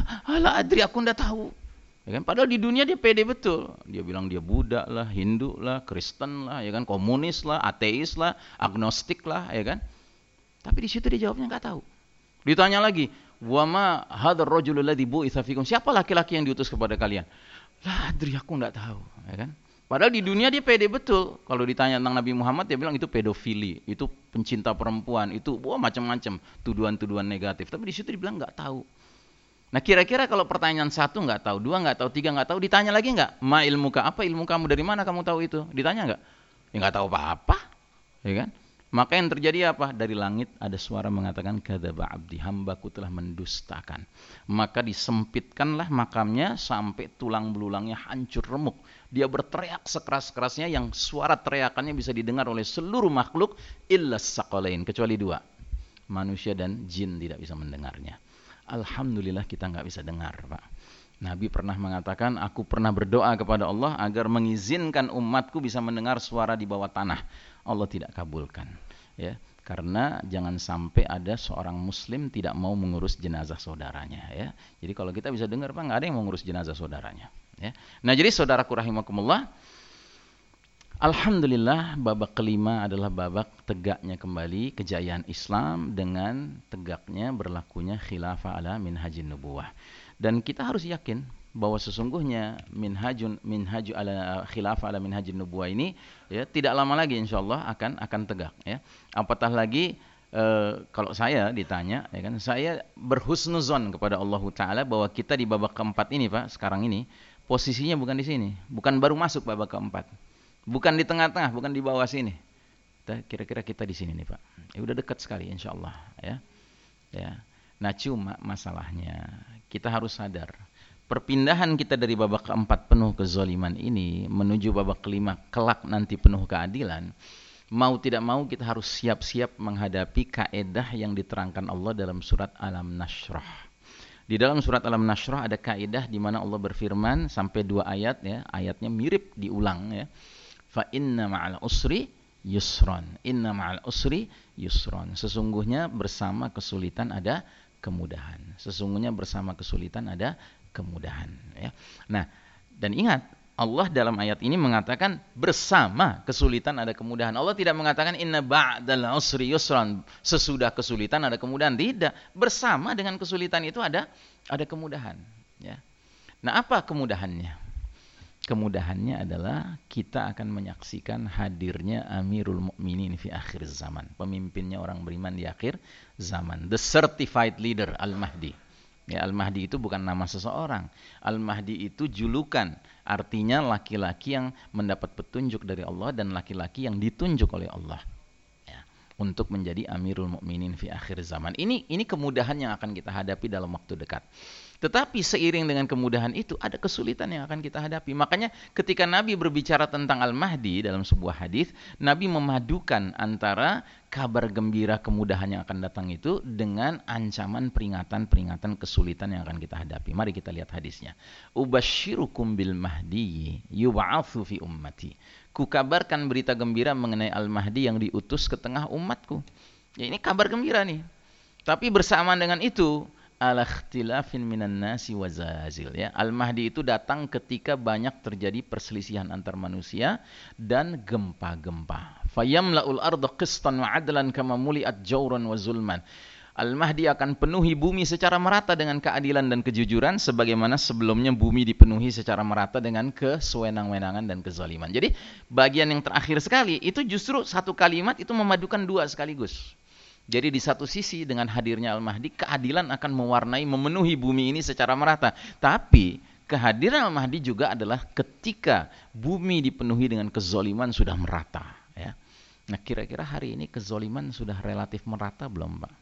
la adri, aku nggak tahu. Ya kan? Padahal di dunia dia pede betul. Dia bilang dia Buddha lah, Hindu lah, Kristen lah, ya kan, komunis lah, ateis lah, agnostik lah, ya kan. Tapi di situ dia jawabnya nggak tahu. Ditanya lagi, wa ma hadzal rajulul ladzi bu'itsa fikum, siapa laki-laki yang diutus kepada kalian? La adri, aku nggak tahu, ya kan. Padahal di dunia dia pede betul. Kalau ditanya tentang Nabi Muhammad, dia bilang itu pedofili, itu pencinta perempuan, itu macam-macam tuduhan-tuduhan negatif. Tapi di situ dibilang nggak tahu. Nah, kira-kira kalau pertanyaan satu nggak tahu, dua nggak tahu, tiga nggak tahu, ditanya lagi nggak? Ma ilmuka, apa ilmu kamu, dari mana kamu tahu itu? Ditanya nggak? Ya nggak tahu apa-apa, ya kan? Maka yang terjadi apa? Dari langit ada suara mengatakan, kadzaba abdi, hambaku telah mendustakan. Maka disempitkanlah makamnya sampai tulang belulangnya hancur remuk. Dia berteriak sekeras-kerasnya yang suara teriakannya bisa didengar oleh seluruh makhluk illas saqalain, kecuali dua. Manusia dan jin tidak bisa mendengarnya. Alhamdulillah kita nggak bisa dengar, Pak. Nabi pernah mengatakan, aku pernah berdoa kepada Allah agar mengizinkan umatku bisa mendengar suara di bawah tanah. Allah tidak kabulkan, ya, karena jangan sampai ada seorang muslim tidak mau mengurus jenazah saudaranya, ya. Jadi kalau kita bisa dengar, Pak, nggak ada yang mau mengurus jenazah saudaranya, ya. Nah, jadi saudaraku rahimakumullah, alhamdulillah babak kelima adalah babak tegaknya kembali kejayaan Islam dengan tegaknya berlakunya khilafah ala minhajin nubuwah. Dan kita harus yakin bahwa sesungguhnya minhaju ala khilafah ala minhajin nubuwah ini ya tidak lama lagi insyaallah akan tegak ya. Apatah lagi kalau saya ditanya ya kan, saya berhusnuzon kepada Allah taala bahwa kita di babak keempat ini Pak, sekarang ini posisinya bukan di sini, bukan baru masuk babak keempat. Bukan di tengah-tengah, bukan di bawah sini. Kira-kira kita di sini nih Pak. Ya udah dekat sekali insyaallah ya. Ya. Nah, cuma masalahnya kita harus sadar perpindahan kita dari babak keempat penuh kezaliman ini menuju babak kelima kelak nanti penuh keadilan, mau tidak mau kita harus siap-siap menghadapi kaedah yang diterangkan Allah dalam surat Alam Nashrah. Di dalam surat Alam Nashrah ada kaedah di mana Allah berfirman sampai 2 ayat ya, ayatnya mirip diulang ya. Fa inna ma'al usri yusron. Inna ma'al usri yusron. Sesungguhnya bersama kesulitan ada kemudahan. Sesungguhnya bersama kesulitan ada kemudahan ya. Nah, dan ingat Allah dalam ayat ini mengatakan bersama kesulitan ada kemudahan. Allah tidak mengatakan inna ba'dal usri yusran, sesudah kesulitan ada kemudahan. Tidak, bersama dengan kesulitan itu ada kemudahan ya. Nah, apa kemudahannya? Kemudahannya adalah kita akan menyaksikan hadirnya Amirul Mukminin fi akhir zaman, pemimpinnya orang beriman di akhir zaman, the certified leader Al-Mahdi. Ya, Al-Mahdi itu bukan nama seseorang. Al-Mahdi itu julukan, artinya laki-laki yang mendapat petunjuk dari Allah dan laki-laki yang ditunjuk oleh Allah ya, untuk menjadi Amirul Mukminin fi akhir zaman. Ini kemudahan yang akan kita hadapi dalam waktu dekat. Tetapi seiring dengan kemudahan itu ada kesulitan yang akan kita hadapi. Makanya ketika Nabi berbicara tentang Al-Mahdi dalam sebuah hadis, Nabi memadukan antara kabar gembira kemudahan yang akan datang itu dengan ancaman peringatan kesulitan yang akan kita hadapi. Mari kita lihat hadisnya. Ubasyirukum bil mahdi yub'atsu fi ummati. Kukabarkan berita gembira mengenai Al-Mahdi yang diutus ke tengah umatku. Ya, ini kabar gembira nih. Tapi bersamaan dengan itu ala ikhtilafin minan nasi wazazil ya. Al-Mahdi itu datang ketika banyak terjadi perselisihan antar manusia dan gempa-gempa. Fayamla'ul arda qistan wa adlan kama muli'at jawran wa zulman. Al-Mahdi akan penuhi bumi secara merata dengan keadilan dan kejujuran sebagaimana sebelumnya bumi dipenuhi secara merata dengan kesewenang-wenangan dan kezaliman. Jadi bagian yang terakhir sekali itu justru satu kalimat itu memadukan dua sekaligus. Jadi di satu sisi dengan hadirnya Al-Mahdi, keadilan akan mewarnai, memenuhi bumi ini secara merata. Tapi kehadiran Al-Mahdi juga adalah ketika bumi dipenuhi dengan kezoliman sudah merata. Ya. Nah, kira-kira hari ini kezoliman sudah relatif merata belum, Pak?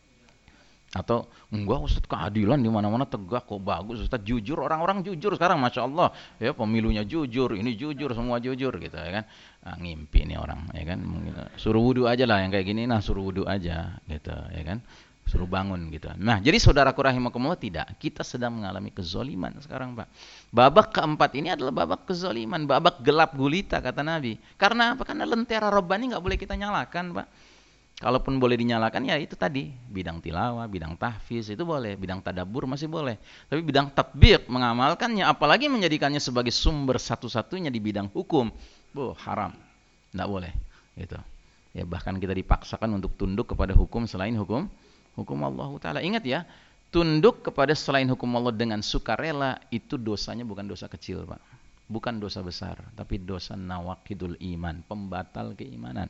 Atau enggak Ustaz, keadilan di mana-mana tegak kok, bagus Ustaz, jujur, orang-orang jujur sekarang Masya Allah ya, pemilunya jujur, ini jujur, semua jujur gitu ya kan. Nah, ngimpi nih orang ya kan, suruh wudu aja lah yang kayak gini, nah suruh wudu aja gitu ya kan, suruh bangun gitu. Nah, jadi saudaraku rahimakumullah, tidak, kita sedang mengalami kezoliman sekarang Pak. Babak keempat ini adalah babak kezoliman, babak gelap gulita kata Nabi. Karena apa? Karena lentera Rabbani nggak boleh kita nyalakan Pak. Kalaupun boleh dinyalakan ya itu tadi, bidang tilawah, bidang tahfiz itu boleh, bidang tadabbur masih boleh. Tapi bidang tatbiq, mengamalkannya, apalagi menjadikannya sebagai sumber satu-satunya di bidang hukum, haram, tidak boleh. Gitu. Ya, bahkan kita dipaksakan untuk tunduk kepada hukum selain hukum Allah Ta'ala. Ingat ya, tunduk kepada selain hukum Allah dengan sukarela itu dosanya bukan dosa kecil Pak, bukan dosa besar, tapi dosa nawaqidul iman, pembatal keimanan.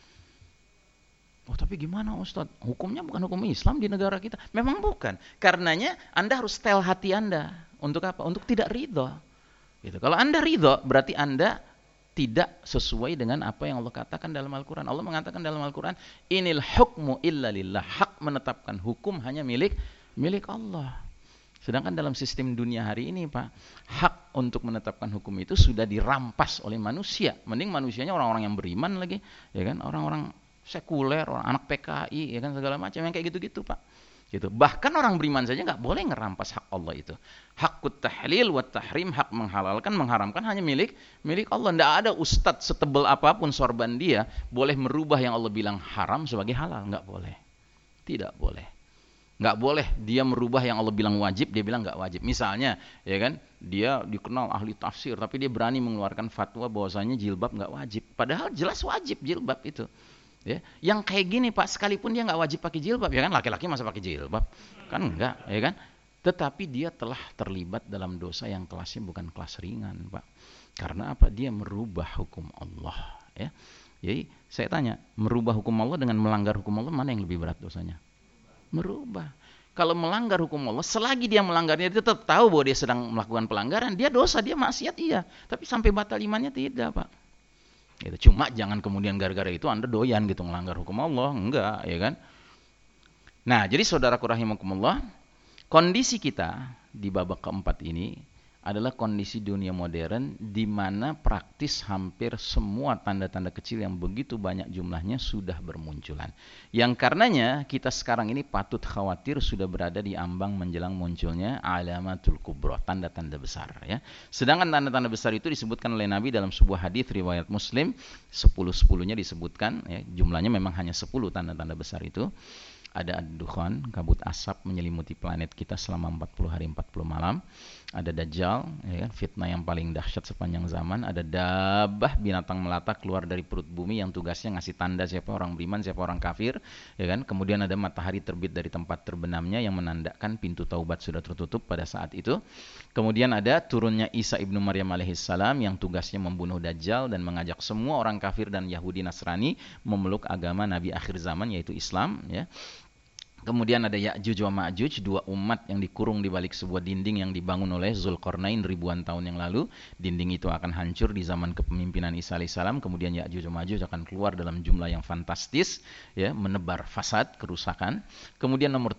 Oh, tapi gimana Ustaz? Hukumnya bukan hukum Islam di negara kita. Memang bukan. Karenanya Anda harus setel hati Anda. Untuk apa? Untuk tidak ridho. Gitu. Kalau Anda ridho, berarti Anda tidak sesuai dengan apa yang Allah katakan dalam Al-Quran. Allah mengatakan dalam Al-Quran, Inil hukmu illa lillah. Hak menetapkan hukum hanya milik Allah. Sedangkan dalam sistem dunia hari ini Pak, hak untuk menetapkan hukum itu sudah dirampas oleh manusia. Mending manusianya orang-orang yang beriman lagi. Ya kan? Orang-orang sekuler, orang anak PKI, ya kan, segala macam yang kayak gitu-gitu Pak. Gitu. Bahkan orang beriman saja nggak boleh ngerampas hak Allah itu. Hakut tahlil wa tahrim, hak menghalalkan, mengharamkan hanya milik Allah. Nggak ada ustadz setebal apapun sorban dia boleh merubah yang Allah bilang haram sebagai halal, nggak boleh. Tidak boleh. Nggak boleh dia merubah yang Allah bilang wajib, dia bilang nggak wajib. Misalnya, ya kan, dia dikenal ahli tafsir, tapi dia berani mengeluarkan fatwa bahwasanya jilbab nggak wajib. Padahal jelas wajib jilbab itu. Ya, yang kayak gini Pak, sekalipun dia nggak wajib pakai jilbab, ya kan, laki-laki masa pakai jilbab, kan enggak, ya kan. Tetapi dia telah terlibat dalam dosa yang kelasnya bukan kelas ringan, Pak. Karena apa? Dia merubah hukum Allah, ya. Jadi saya tanya, merubah hukum Allah dengan melanggar hukum Allah, mana yang lebih berat dosanya? Merubah. Kalau melanggar hukum Allah, selagi dia melanggarnya, dia tetap tahu bahwa dia sedang melakukan pelanggaran, dia dosa, dia maksiat, iya. Tapi sampai batal imannya tidak, Pak. Gitu. Cuma jangan kemudian gara-gara itu Anda doyan gitu melanggar hukum Allah, enggak, ya kan? Nah, jadi saudaraku rahimakumullah, kondisi kita di babak keempat ini adalah kondisi dunia modern di mana praktis hampir semua tanda-tanda kecil yang begitu banyak jumlahnya sudah bermunculan. Yang karenanya kita sekarang ini patut khawatir sudah berada di ambang menjelang munculnya alamatul kubra, tanda-tanda besar, ya. Sedangkan tanda-tanda besar itu disebutkan oleh Nabi dalam sebuah hadis riwayat Muslim, 10-10-nya disebutkan, ya. Jumlahnya memang hanya 10 tanda-tanda besar itu. Ada ad-dukhan, kabut asap menyelimuti planet kita selama 40 hari 40 malam. Ada Dajjal, ya kan, fitnah yang paling dahsyat sepanjang zaman. Ada Dabbah, binatang melata keluar dari perut bumi yang tugasnya ngasih tanda siapa orang beriman, siapa orang kafir, ya kan. Kemudian ada matahari terbit dari tempat terbenamnya yang menandakan pintu taubat sudah tertutup pada saat itu. Kemudian ada turunnya Isa ibnu Maryam alaihissalam yang tugasnya membunuh Dajjal dan mengajak semua orang kafir dan Yahudi Nasrani memeluk agama Nabi akhir zaman yaitu Islam, ya. Kemudian ada Ya'juj wa Ma'juj, dua umat yang dikurung di balik sebuah dinding yang dibangun oleh Zulkarnain ribuan tahun yang lalu. Dinding itu akan hancur di zaman kepemimpinan Isa alaihissalam. Kemudian Ya'juj wa Ma'juj akan keluar dalam jumlah yang fantastis, ya, menebar fasad, kerusakan. Kemudian nomor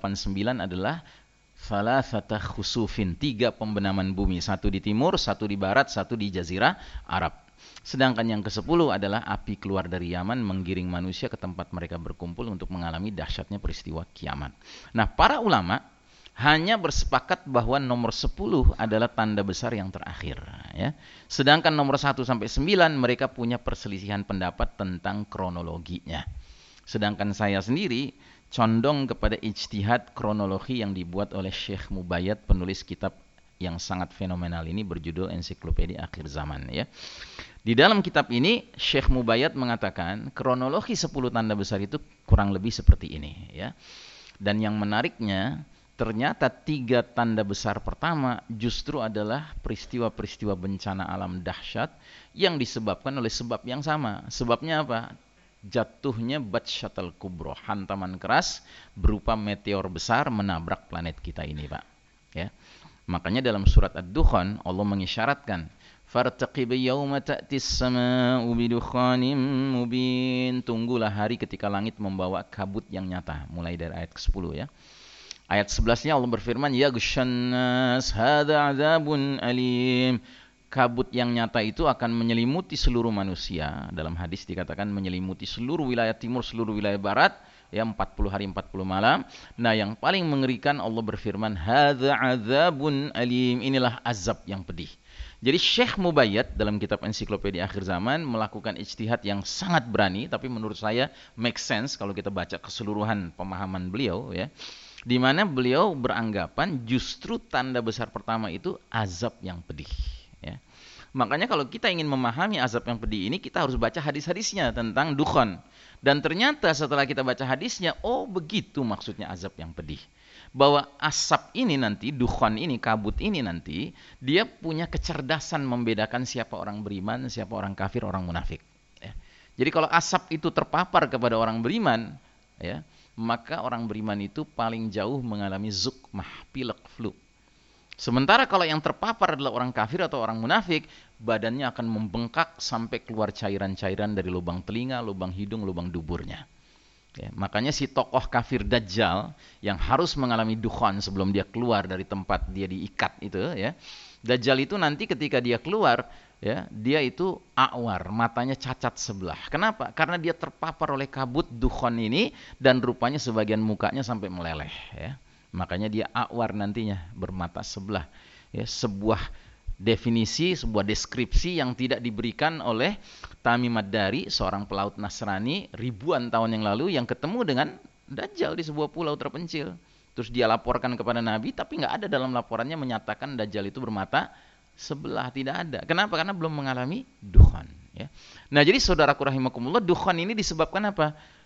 789 adalah Thalathata khusufin, 3 pembenaman bumi, satu di timur, satu di barat, satu di jazirah Arab. Sedangkan yang ke-10 adalah api keluar dari Yaman menggiring manusia ke tempat mereka berkumpul untuk mengalami dahsyatnya peristiwa kiamat. Nah, para ulama hanya bersepakat bahwa nomor 10 adalah tanda besar yang terakhir, ya. Sedangkan nomor 1 sampai 9 mereka punya perselisihan pendapat tentang kronologinya. Sedangkan saya sendiri condong kepada ijtihad kronologi yang dibuat oleh Syekh Mubayyad, penulis kitab yang sangat fenomenal ini berjudul Ensiklopedia Akhir Zaman, ya. Di dalam kitab ini Syekh Mubayyad mengatakan kronologi 10 tanda besar itu kurang lebih seperti ini, ya. Dan yang menariknya ternyata 3 tanda besar pertama justru adalah peristiwa-peristiwa bencana alam dahsyat yang disebabkan oleh sebab yang sama. Sebabnya apa? Jatuhnya Batshatul Kubra, hantaman keras berupa meteor besar menabrak planet kita ini, Pak, ya. Makanya dalam surat Ad-Dukhan Allah mengisyaratkan fartaqib yauma ta'tis samaa'u bidukhanin mubin, tunggulah hari ketika langit membawa kabut yang nyata, mulai dari ayat ke-10, ya. Ayat 11-nya Allah berfirman yaghshan nas hadza 'adzabun alim, kabut yang nyata itu akan menyelimuti seluruh manusia. Dalam hadis dikatakan menyelimuti seluruh wilayah timur, seluruh wilayah barat, ya, 40 hari 40 malam. Nah, yang paling mengerikan Allah berfirman hadza 'adzabun alim, inilah azab yang pedih. Jadi Syekh Mubayyad dalam kitab Ensiklopedia Akhir Zaman melakukan ijtihad yang sangat berani, tapi menurut saya make sense kalau kita baca keseluruhan pemahaman beliau, ya. Di mana beliau beranggapan justru tanda besar pertama itu azab yang pedih, ya. Makanya kalau kita ingin memahami azab yang pedih ini, kita harus baca hadis-hadisnya tentang dukhan. Dan ternyata setelah kita baca hadisnya, oh begitu maksudnya azab yang pedih. Bahwa asap ini nanti, dukhan ini, kabut ini nanti, dia punya kecerdasan membedakan siapa orang beriman, siapa orang kafir, orang munafik, ya. Jadi kalau asap itu terpapar kepada orang beriman, ya, maka orang beriman itu paling jauh mengalami zukmah, pilek, flu. Sementara kalau yang terpapar adalah orang kafir atau orang munafik, badannya akan membengkak sampai keluar cairan-cairan dari lubang telinga, lubang hidung, lubang duburnya. Ya, makanya si tokoh kafir Dajjal yang harus mengalami dukhan sebelum dia keluar dari tempat dia diikat itu, ya. Dajjal itu nanti ketika dia keluar, ya, dia itu a'war, matanya cacat sebelah. Kenapa? Karena dia terpapar oleh kabut dukhan ini dan rupanya sebagian mukanya sampai meleleh, ya. Makanya dia a'war nantinya, bermata sebelah, ya. Sebuah definisi, sebuah deskripsi yang tidak diberikan oleh Tamim ad-Dari, seorang pelaut Nasrani ribuan tahun yang lalu yang ketemu dengan Dajjal di sebuah pulau terpencil. Terus dia laporkan kepada Nabi, tapi nggak ada dalam laporannya menyatakan Dajjal itu bermata sebelah, tidak ada. Kenapa? Karena belum mengalami dukhan, ya. Nah, jadi saudaraku rahimakumullah, dukhan ini disebabkan apa?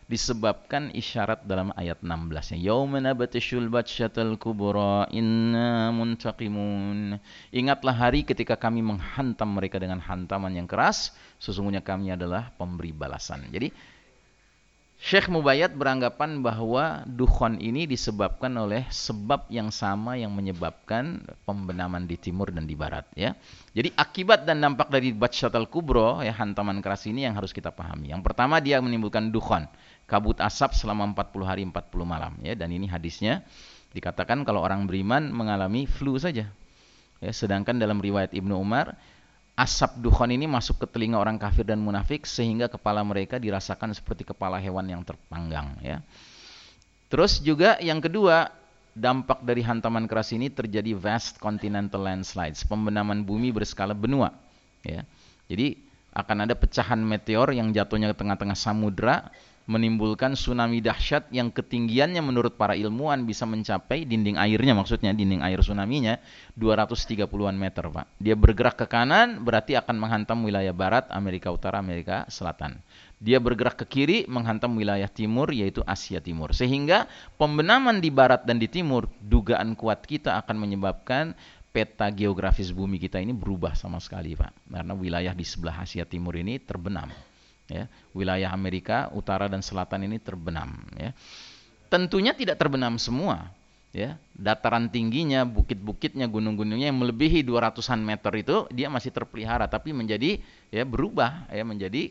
disebabkan isyarat dalam ayat 16-nya. Yauma nabatishul batsyatal kubra inna muntaqimun. Ingatlah hari ketika kami menghantam mereka dengan hantaman yang keras, sesungguhnya kami adalah pemberi balasan. Jadi Syekh Mubayyad beranggapan bahwa dukhon ini disebabkan oleh sebab yang sama yang menyebabkan pembenaman di timur dan di barat, ya. Jadi akibat dan dampak dari batsyatal kubro, ya, hantaman keras ini yang harus kita pahami. Yang pertama, dia menimbulkan dukhon, kabut asap selama 40 hari 40 malam, ya, dan ini hadisnya dikatakan kalau orang beriman mengalami flu saja. Ya, sedangkan dalam riwayat Ibnu Umar, asap dukhon ini masuk ke telinga orang kafir dan munafik sehingga kepala mereka dirasakan seperti kepala hewan yang terpanggang, ya. Terus juga yang kedua, dampak dari hantaman keras ini terjadi vast continental landslides, pembenaman bumi berskala benua, ya. Jadi akan ada pecahan meteor yang jatuhnya ke tengah-tengah samudra, menimbulkan tsunami dahsyat yang ketinggiannya menurut para ilmuwan bisa mencapai dinding airnya, maksudnya dinding air tsunaminya 230-an meter, Pak. Dia bergerak ke kanan berarti akan menghantam wilayah barat, Amerika Utara, Amerika Selatan. Dia bergerak ke kiri menghantam wilayah timur, yaitu Asia Timur. Sehingga pembenaman di barat dan di timur, dugaan kuat kita akan menyebabkan peta geografis bumi kita ini berubah sama sekali, Pak. Karena wilayah di sebelah Asia Timur ini terbenam. Ya, wilayah Amerika Utara dan Selatan ini terbenam, ya. Tentunya tidak terbenam semua, ya. Dataran tingginya, bukit-bukitnya, gunung-gunungnya yang melebihi 200-an meter itu dia masih terpelihara, tapi menjadi, ya, berubah, ya, menjadi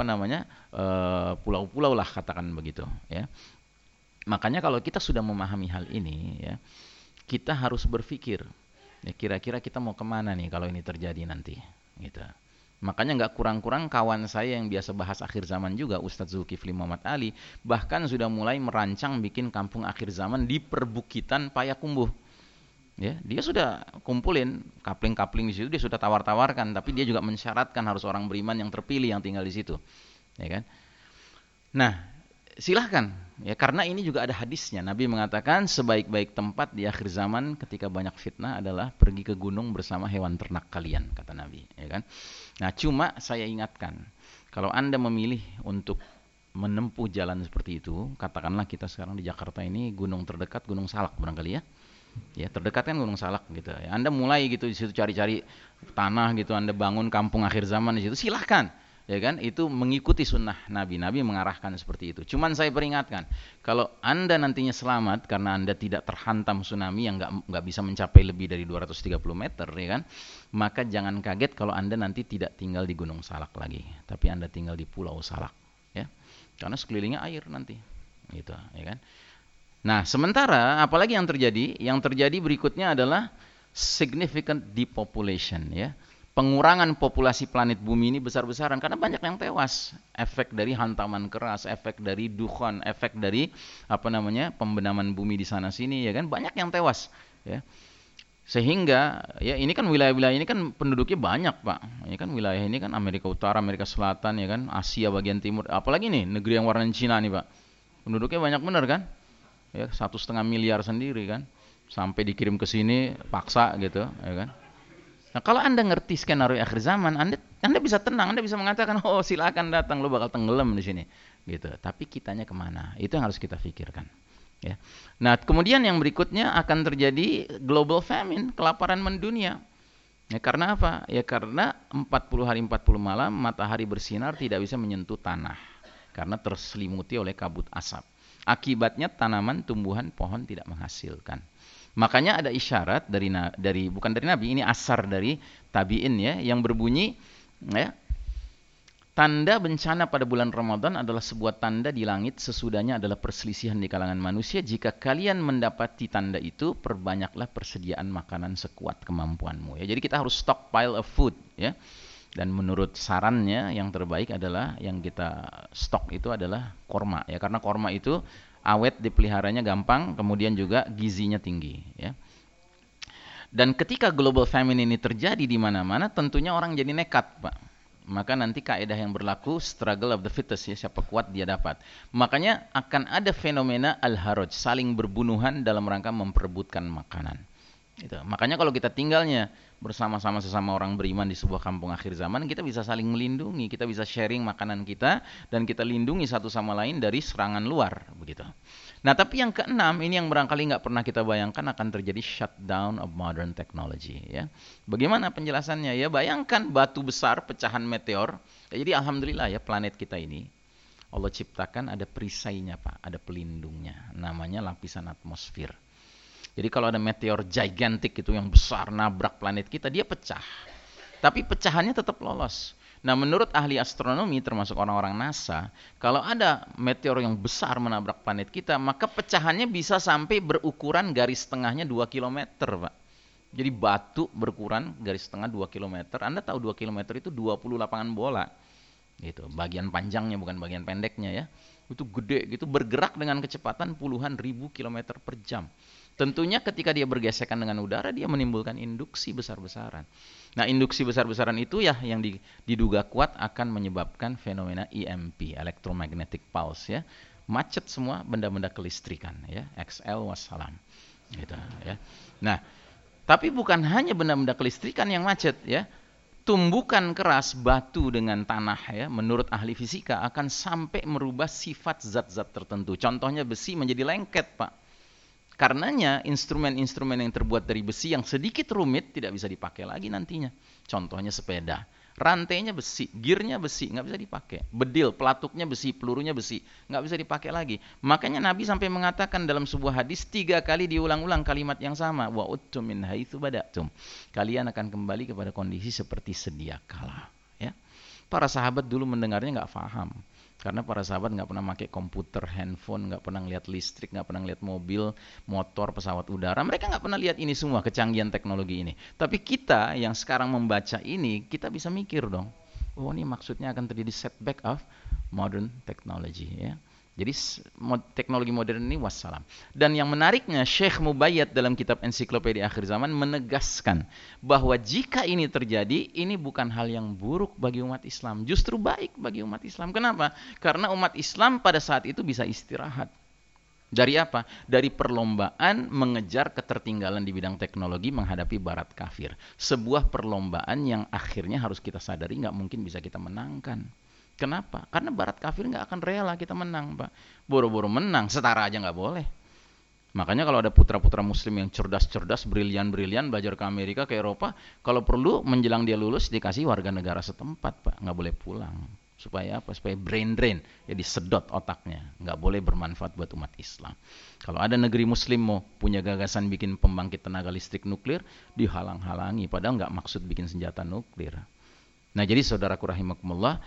pulau-pulau lah, katakan begitu, ya. Makanya kalau kita sudah memahami hal ini, ya, kita harus berpikir, ya, kira-kira kita mau kemana nih kalau ini terjadi nanti, gitu. Makanya nggak kurang-kurang kawan saya yang biasa bahas akhir zaman juga, Ustadz Zulkifli Muhammad Ali, bahkan sudah mulai merancang bikin kampung akhir zaman di perbukitan Payakumbuh. Ya, dia sudah kumpulin kapling-kapling di situ, dia sudah tawar-tawarkan, tapi dia juga mensyaratkan harus orang beriman yang terpilih yang tinggal di situ, ya kan? Nah, silahkan, ya, karena ini juga ada hadisnya. Nabi mengatakan sebaik-baik tempat di akhir zaman ketika banyak fitnah adalah pergi ke gunung bersama hewan ternak kalian, kata Nabi, ya kan? Nah, cuma saya ingatkan, kalau Anda memilih untuk menempuh jalan seperti itu, katakanlah kita sekarang di Jakarta ini, gunung terdekat Gunung Salak barangkali, ya. Ya, terdekat kan Gunung Salak gitu. Ya, Anda mulai gitu di situ cari-cari tanah gitu, Anda bangun kampung akhir zaman di situ, silahkan. Ya kan, itu mengikuti sunnah Nabi. Nabi mengarahkan seperti itu. Cuman saya peringatkan, kalau Anda nantinya selamat karena Anda tidak terhantam tsunami yang nggak bisa mencapai lebih dari 230 meter, ya kan, maka jangan kaget kalau Anda nanti tidak tinggal di Gunung Salak lagi, tapi Anda tinggal di Pulau Salak, ya, karena sekelilingnya air nanti, gitu, ya kan. Nah, sementara apalagi yang terjadi? Yang terjadi berikutnya adalah significant depopulation, ya. Pengurangan populasi planet bumi ini besar-besaran karena banyak yang tewas. Efek dari hantaman keras, efek dari dukhon, efek dari pembenaman bumi di sana sini, ya kan, banyak yang tewas, ya. Sehingga, ya, ini kan wilayah-wilayah ini kan penduduknya banyak, Pak. Ini kan wilayah ini kan Amerika Utara, Amerika Selatan, ya kan, Asia bagian timur. Apalagi nih negeri yang warna Cina nih, Pak. Penduduknya banyak benar kan? Ya, 1,5 miliar sendiri kan. Sampai dikirim ke sini paksa gitu, ya kan. Nah, kalau Anda ngerti skenario akhir zaman, Anda bisa tenang, Anda bisa mengatakan, oh silakan datang, lo bakal tenggelam di sini, gitu. Tapi kitanya kemana? Itu yang harus kita pikirkan. Ya. Nah, kemudian yang berikutnya akan terjadi global famine, kelaparan mendunia. Ya, karena apa? Ya karena 40 hari 40 malam matahari bersinar tidak bisa menyentuh tanah karena terselimuti oleh kabut asap. Akibatnya tanaman, tumbuhan, pohon tidak menghasilkan. Makanya ada isyarat dari bukan dari Nabi, ini asar dari tabi'in, ya, yang berbunyi, ya, tanda bencana pada bulan Ramadan adalah sebuah tanda di langit, sesudahnya adalah perselisihan di kalangan manusia. Jika kalian mendapati tanda itu, perbanyaklah persediaan makanan sekuat kemampuanmu, ya. Jadi kita harus stockpile of food, ya. Dan menurut sarannya yang terbaik adalah yang kita stok itu adalah korma, ya, karena korma itu awet, dipeliharanya gampang, kemudian juga gizinya tinggi, ya. Dan ketika global famine ini terjadi di mana-mana, tentunya orang jadi nekat, Pak. Maka nanti kaidah yang berlaku struggle of the fittest, ya, siapa kuat dia dapat. Makanya akan ada fenomena al-haraj, saling berbunuhan dalam rangka memperebutkan makanan. Gitu. Makanya kalau kita tinggalnya bersama-sama sesama orang beriman di sebuah kampung akhir zaman, kita bisa saling melindungi, kita bisa sharing makanan kita, dan kita lindungi satu sama lain dari serangan luar, begitu. Nah, tapi yang keenam, ini yang barangkali nggak pernah kita bayangkan akan terjadi shutdown of modern technology. Ya, bagaimana penjelasannya? Ya, bayangkan batu besar, pecahan meteor. Ya, jadi alhamdulillah ya planet kita ini Allah ciptakan ada perisainya Pak, ada pelindungnya, namanya lapisan atmosfer. Jadi kalau ada meteor gigantic itu yang besar nabrak planet kita, dia pecah. Tapi pecahannya tetap lolos. Nah, menurut ahli astronomi termasuk orang-orang NASA, kalau ada meteor yang besar menabrak planet kita, maka pecahannya bisa sampai berukuran garis tengahnya 2 kilometer, Pak. Jadi batu berukuran garis tengah 2 kilometer. Anda tahu 2 kilometer itu 20 lapangan bola. Gitu. Bagian panjangnya bukan bagian pendeknya ya. Itu gede gitu, bergerak dengan kecepatan puluhan ribu kilometer per jam. Tentunya ketika dia bergesekan dengan udara, dia menimbulkan induksi besar-besaran. Nah, induksi besar-besaran itu ya yang diduga kuat akan menyebabkan fenomena EMP, electromagnetic pulse ya. Macet semua benda-benda kelistrikan ya. XL wassalam. Gitu ya. Nah, tapi bukan hanya benda-benda kelistrikan yang macet ya. Tumbukan keras batu dengan tanah ya, menurut ahli fisika akan sampai merubah sifat zat-zat tertentu. Contohnya besi menjadi lengket, Pak. Karenanya instrumen-instrumen yang terbuat dari besi yang sedikit rumit tidak bisa dipakai lagi nantinya. Contohnya sepeda. Rantainya besi, gearnya besi, nggak bisa dipakai. Bedil, pelatuknya besi, pelurunya besi, nggak bisa dipakai lagi. Makanya Nabi sampai mengatakan dalam sebuah hadis 3 kali diulang-ulang kalimat yang sama. Wa uttum min haitsu bada'tum. Kalian akan kembali kepada kondisi seperti sedia kala. Ya. Para sahabat dulu mendengarnya nggak paham. Karena para sahabat nggak pernah pakai komputer, handphone, nggak pernah lihat listrik, nggak pernah lihat mobil, motor, pesawat udara. Mereka nggak pernah lihat ini semua, kecanggihan teknologi ini. Tapi kita yang sekarang membaca ini, kita bisa mikir dong. Oh, ini maksudnya akan terjadi setback of modern technology. Ya. Jadi teknologi modern ini wassalam. Dan yang menariknya, Syekh Mubayyad dalam kitab Ensiklopedia Akhir Zaman menegaskan bahwa jika ini terjadi, ini bukan hal yang buruk bagi umat Islam. Justru baik bagi umat Islam. Kenapa? Karena umat Islam pada saat itu bisa istirahat. Dari apa? Dari perlombaan mengejar ketertinggalan di bidang teknologi menghadapi barat kafir. Sebuah perlombaan yang akhirnya harus kita sadari nggak mungkin bisa kita menangkan. Kenapa? Karena barat kafir nggak akan rela kita menang, Pak. Boro-boro menang, setara aja nggak boleh. Makanya kalau ada putra-putra muslim yang cerdas-cerdas, brilian-brilian, belajar ke Amerika, ke Eropa, kalau perlu menjelang dia lulus dikasih warga negara setempat, Pak. Nggak boleh pulang. Supaya apa? Supaya brain drain, ya disedot otaknya. Nggak boleh bermanfaat buat umat Islam. Kalau ada negeri muslim mau punya gagasan bikin pembangkit tenaga listrik nuklir, dihalang-halangi. Padahal nggak maksud bikin senjata nuklir. Nah, jadi saudaraku rahimakumullah,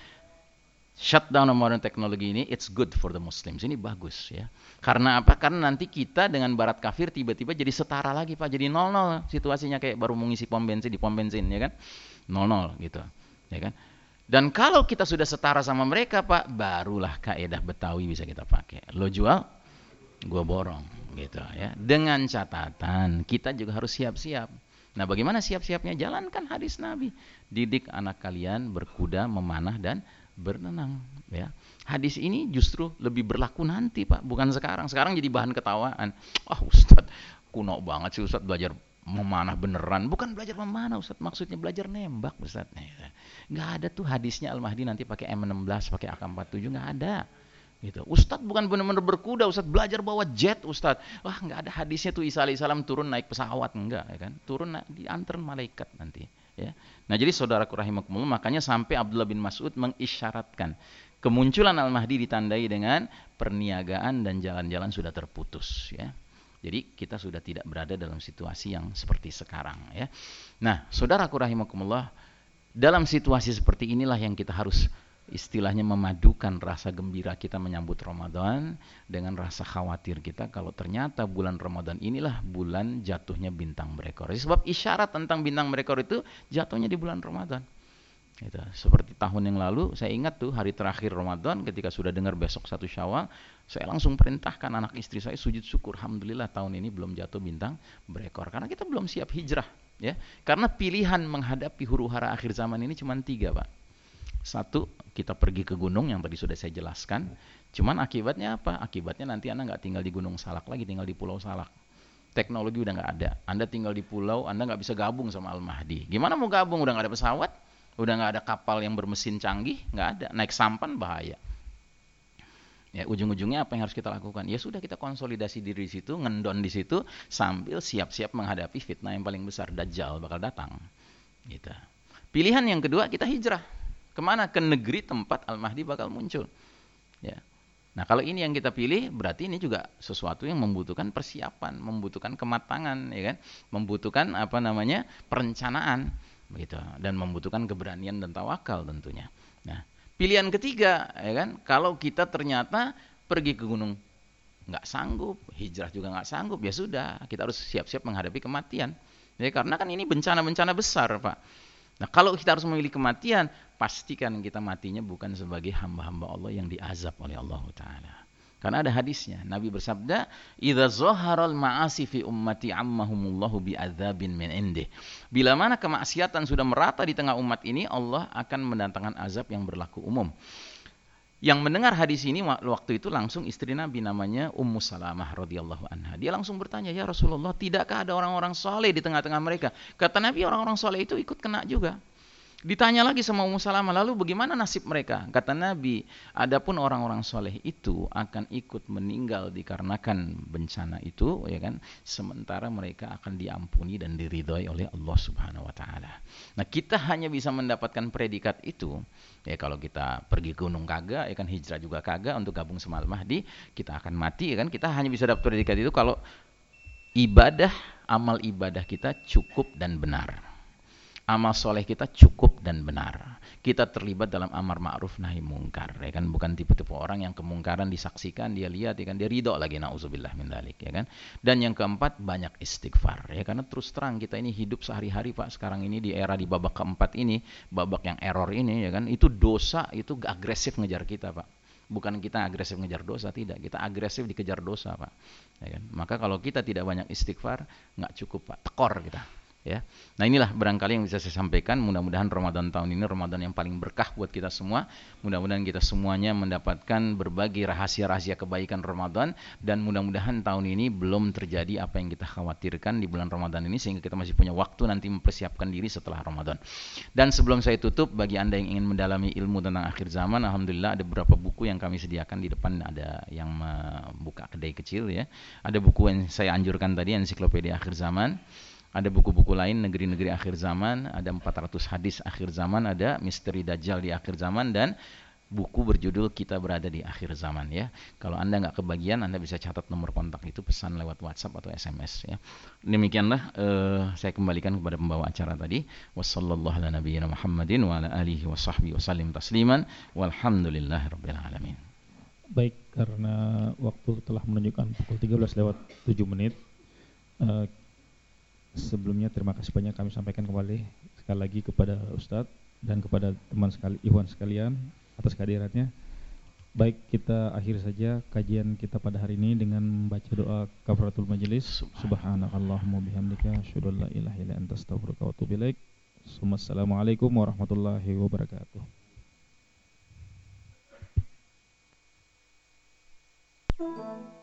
shutdown of modern technology ini it's good for the Muslims. Ini bagus ya. Karena apa? Karena nanti kita dengan barat kafir tiba-tiba jadi setara lagi, Pak. Jadi 0-0 situasinya, kayak baru mengisi pom bensin di pom bensin ya kan. 0-0 gitu. Ya kan? Dan kalau kita sudah setara sama mereka, Pak, barulah kaidah Betawi bisa kita pakai. Lo jual, gua borong gitu ya. Dengan catatan kita juga harus siap-siap. Nah, bagaimana siap-siapnya? Jalankan hadis Nabi. Didik anak kalian berkuda, memanah dan berenang ya. Hadis ini justru lebih berlaku nanti, Pak, bukan sekarang. Sekarang jadi bahan ketawaan. Ah, Ustadz, kuno banget sih Ustadz belajar memanah beneran. Bukan belajar memanah, Ustadz, maksudnya belajar nembak, Ustadz. Nggak ada tuh hadisnya Al-Mahdi nanti pakai M16, pakai AK-47, nggak ada. Gitu. Ustadz bukan benar-benar berkuda, Ustadz belajar bawa jet, Ustadz. Wah, nggak ada hadisnya tuh Isa alaihissalam turun naik pesawat, enggak ya kan? Turun diantar malaikat nanti. Ya. Nah, jadi saudaraku rahimakumullah, makanya sampai Abdullah bin Mas'ud mengisyaratkan kemunculan Al-Mahdi ditandai dengan perniagaan dan jalan-jalan sudah terputus ya. Jadi kita sudah tidak berada dalam situasi yang seperti sekarang ya. Nah, saudaraku rahimakumullah, dalam situasi seperti inilah yang kita harus istilahnya memadukan rasa gembira kita menyambut Ramadan dengan rasa khawatir kita kalau ternyata bulan Ramadan inilah bulan jatuhnya bintang berekor. Sebab isyarat tentang bintang berekor itu jatuhnya di bulan Ramadan. Gitu. Seperti tahun yang lalu saya ingat tuh hari terakhir Ramadan ketika sudah dengar besok 1 Syawal, saya langsung perintahkan anak istri saya sujud syukur, alhamdulillah tahun ini belum jatuh bintang berekor karena kita belum siap hijrah ya. Karena pilihan menghadapi huru-hara akhir zaman ini cuma 3, Pak. 1, kita pergi ke gunung yang tadi sudah saya jelaskan. Cuman akibatnya apa? Akibatnya nanti anak nggak tinggal di Gunung Salak lagi, tinggal di Pulau Salak. Teknologi udah nggak ada. Anda tinggal di pulau, Anda nggak bisa gabung sama Al-Mahdi. Gimana mau gabung? Udah nggak ada pesawat, udah nggak ada kapal yang bermesin canggih, nggak ada. Naik sampan bahaya. Ya, ujung-ujungnya apa yang harus kita lakukan? Ya sudah, kita konsolidasi diri di situ, ngendon di situ, sambil siap-siap menghadapi fitnah yang paling besar, Dajjal bakal datang. Gitu. Pilihan yang kedua, kita hijrah. Kemana? Ke negeri tempat Al-Mahdi bakal muncul. Ya. Nah, kalau ini yang kita pilih, berarti ini juga sesuatu yang membutuhkan persiapan, membutuhkan kematangan, ya kan? Membutuhkan perencanaan, begitu, dan membutuhkan keberanian dan tawakal tentunya. Nah, pilihan ketiga, ya kan? Kalau kita ternyata pergi ke gunung nggak sanggup, hijrah juga nggak sanggup, ya sudah, kita harus siap-siap menghadapi kematian. Ya, karena kan ini bencana-bencana besar, Pak. Nah, kalau kita harus memilih kematian, pastikan kita matinya bukan sebagai hamba-hamba Allah yang diazab oleh Allah Ta'ala. Karena ada hadisnya, Nabi bersabda, "Idza zaharal ma'asi fi ummati ammahumullahu bi'adzabin min indih." Bila mana kemaksiatan sudah merata di tengah umat ini, Allah akan mendatangkan azab yang berlaku umum. Yang mendengar hadis ini waktu itu langsung istri Nabi, namanya Ummu Salamah radhiyallahu anha. Dia langsung bertanya, "Ya Rasulullah, tidakkah ada orang-orang soleh di tengah-tengah mereka?" Kata Nabi, orang-orang soleh itu ikut kena juga. Ditanya lagi sama Ummu Salamah, lalu bagaimana nasib mereka? Kata Nabi, adapun orang-orang soleh itu akan ikut meninggal dikarenakan bencana itu, ya kan? Sementara mereka akan diampuni dan diridhoi oleh Allah Subhanahu Wa Taala. Nah, kita hanya bisa mendapatkan predikat itu, ya kalau kita pergi ke gunung kagak, ya kan, hijrah juga kagak untuk gabung sama Al-Mahdi, kita akan mati, ya kan? Kita hanya bisa dapat predikat itu kalau amal ibadah kita cukup dan benar. Amal soleh kita cukup dan benar. Kita terlibat dalam amar ma'ruf nahi mungkar, ya kan, bukan tipe-tipe orang yang kemungkaran disaksikan, dia lihat, ya kan, dia ridho lagi, nauzubillah min dzalik, ya kan. Dan yang keempat, banyak istighfar, ya, karena terus terang kita ini hidup sehari-hari, Pak, sekarang ini di era di babak keempat ini, babak yang error ini, ya kan, itu dosa itu agresif ngejar kita, Pak. Bukan kita agresif ngejar dosa, tidak, kita agresif dikejar dosa, Pak, ya kan. Maka kalau kita tidak banyak istighfar, nggak cukup, Pak, tekor kita. Ya. Nah, inilah barangkali yang bisa saya sampaikan. Mudah-mudahan Ramadan tahun ini Ramadan yang paling berkah buat kita semua. Mudah-mudahan kita semuanya mendapatkan berbagai rahasia-rahasia kebaikan Ramadan, dan mudah-mudahan tahun ini belum terjadi apa yang kita khawatirkan di bulan Ramadan ini, sehingga kita masih punya waktu nanti mempersiapkan diri setelah Ramadan. Dan sebelum saya tutup, bagi Anda yang ingin mendalami ilmu tentang akhir zaman, alhamdulillah ada beberapa buku yang kami sediakan. Di depan ada yang membuka kedai kecil, ya. Ada buku yang saya anjurkan tadi, Ensiklopedia Akhir Zaman. Ada buku-buku lain, Negeri-negeri Akhir Zaman, ada 400 hadis akhir zaman, ada Misteri Dajjal di akhir zaman, dan buku berjudul Kita Berada di Akhir Zaman, ya. Kalau Anda nggak kebagian, Anda bisa catat nomor kontak itu, pesan lewat WhatsApp atau SMS, ya. Demikianlah saya kembalikan kepada pembawa acara tadi. Wassallallahu ala nabiyyina Muhammadin wa ala alihi wa sahbihi wasallim tasliman walhamdulillahirabbil alamin. Baik, karena waktu telah menunjukkan pukul 13:07. Sebelumnya terima kasih banyak kami sampaikan kembali sekali lagi kepada Ustadz dan kepada teman ikhwan sekalian atas kehadirannya. Baik, kita akhiri saja kajian kita pada hari ini dengan membaca doa kafaratul majelis. Subhanakallahumma bihamdika asyhadu an la ilaha illa anta astaghfiruka wa atubu ilaik. Wassalamualaikum warahmatullahi wabarakatuh.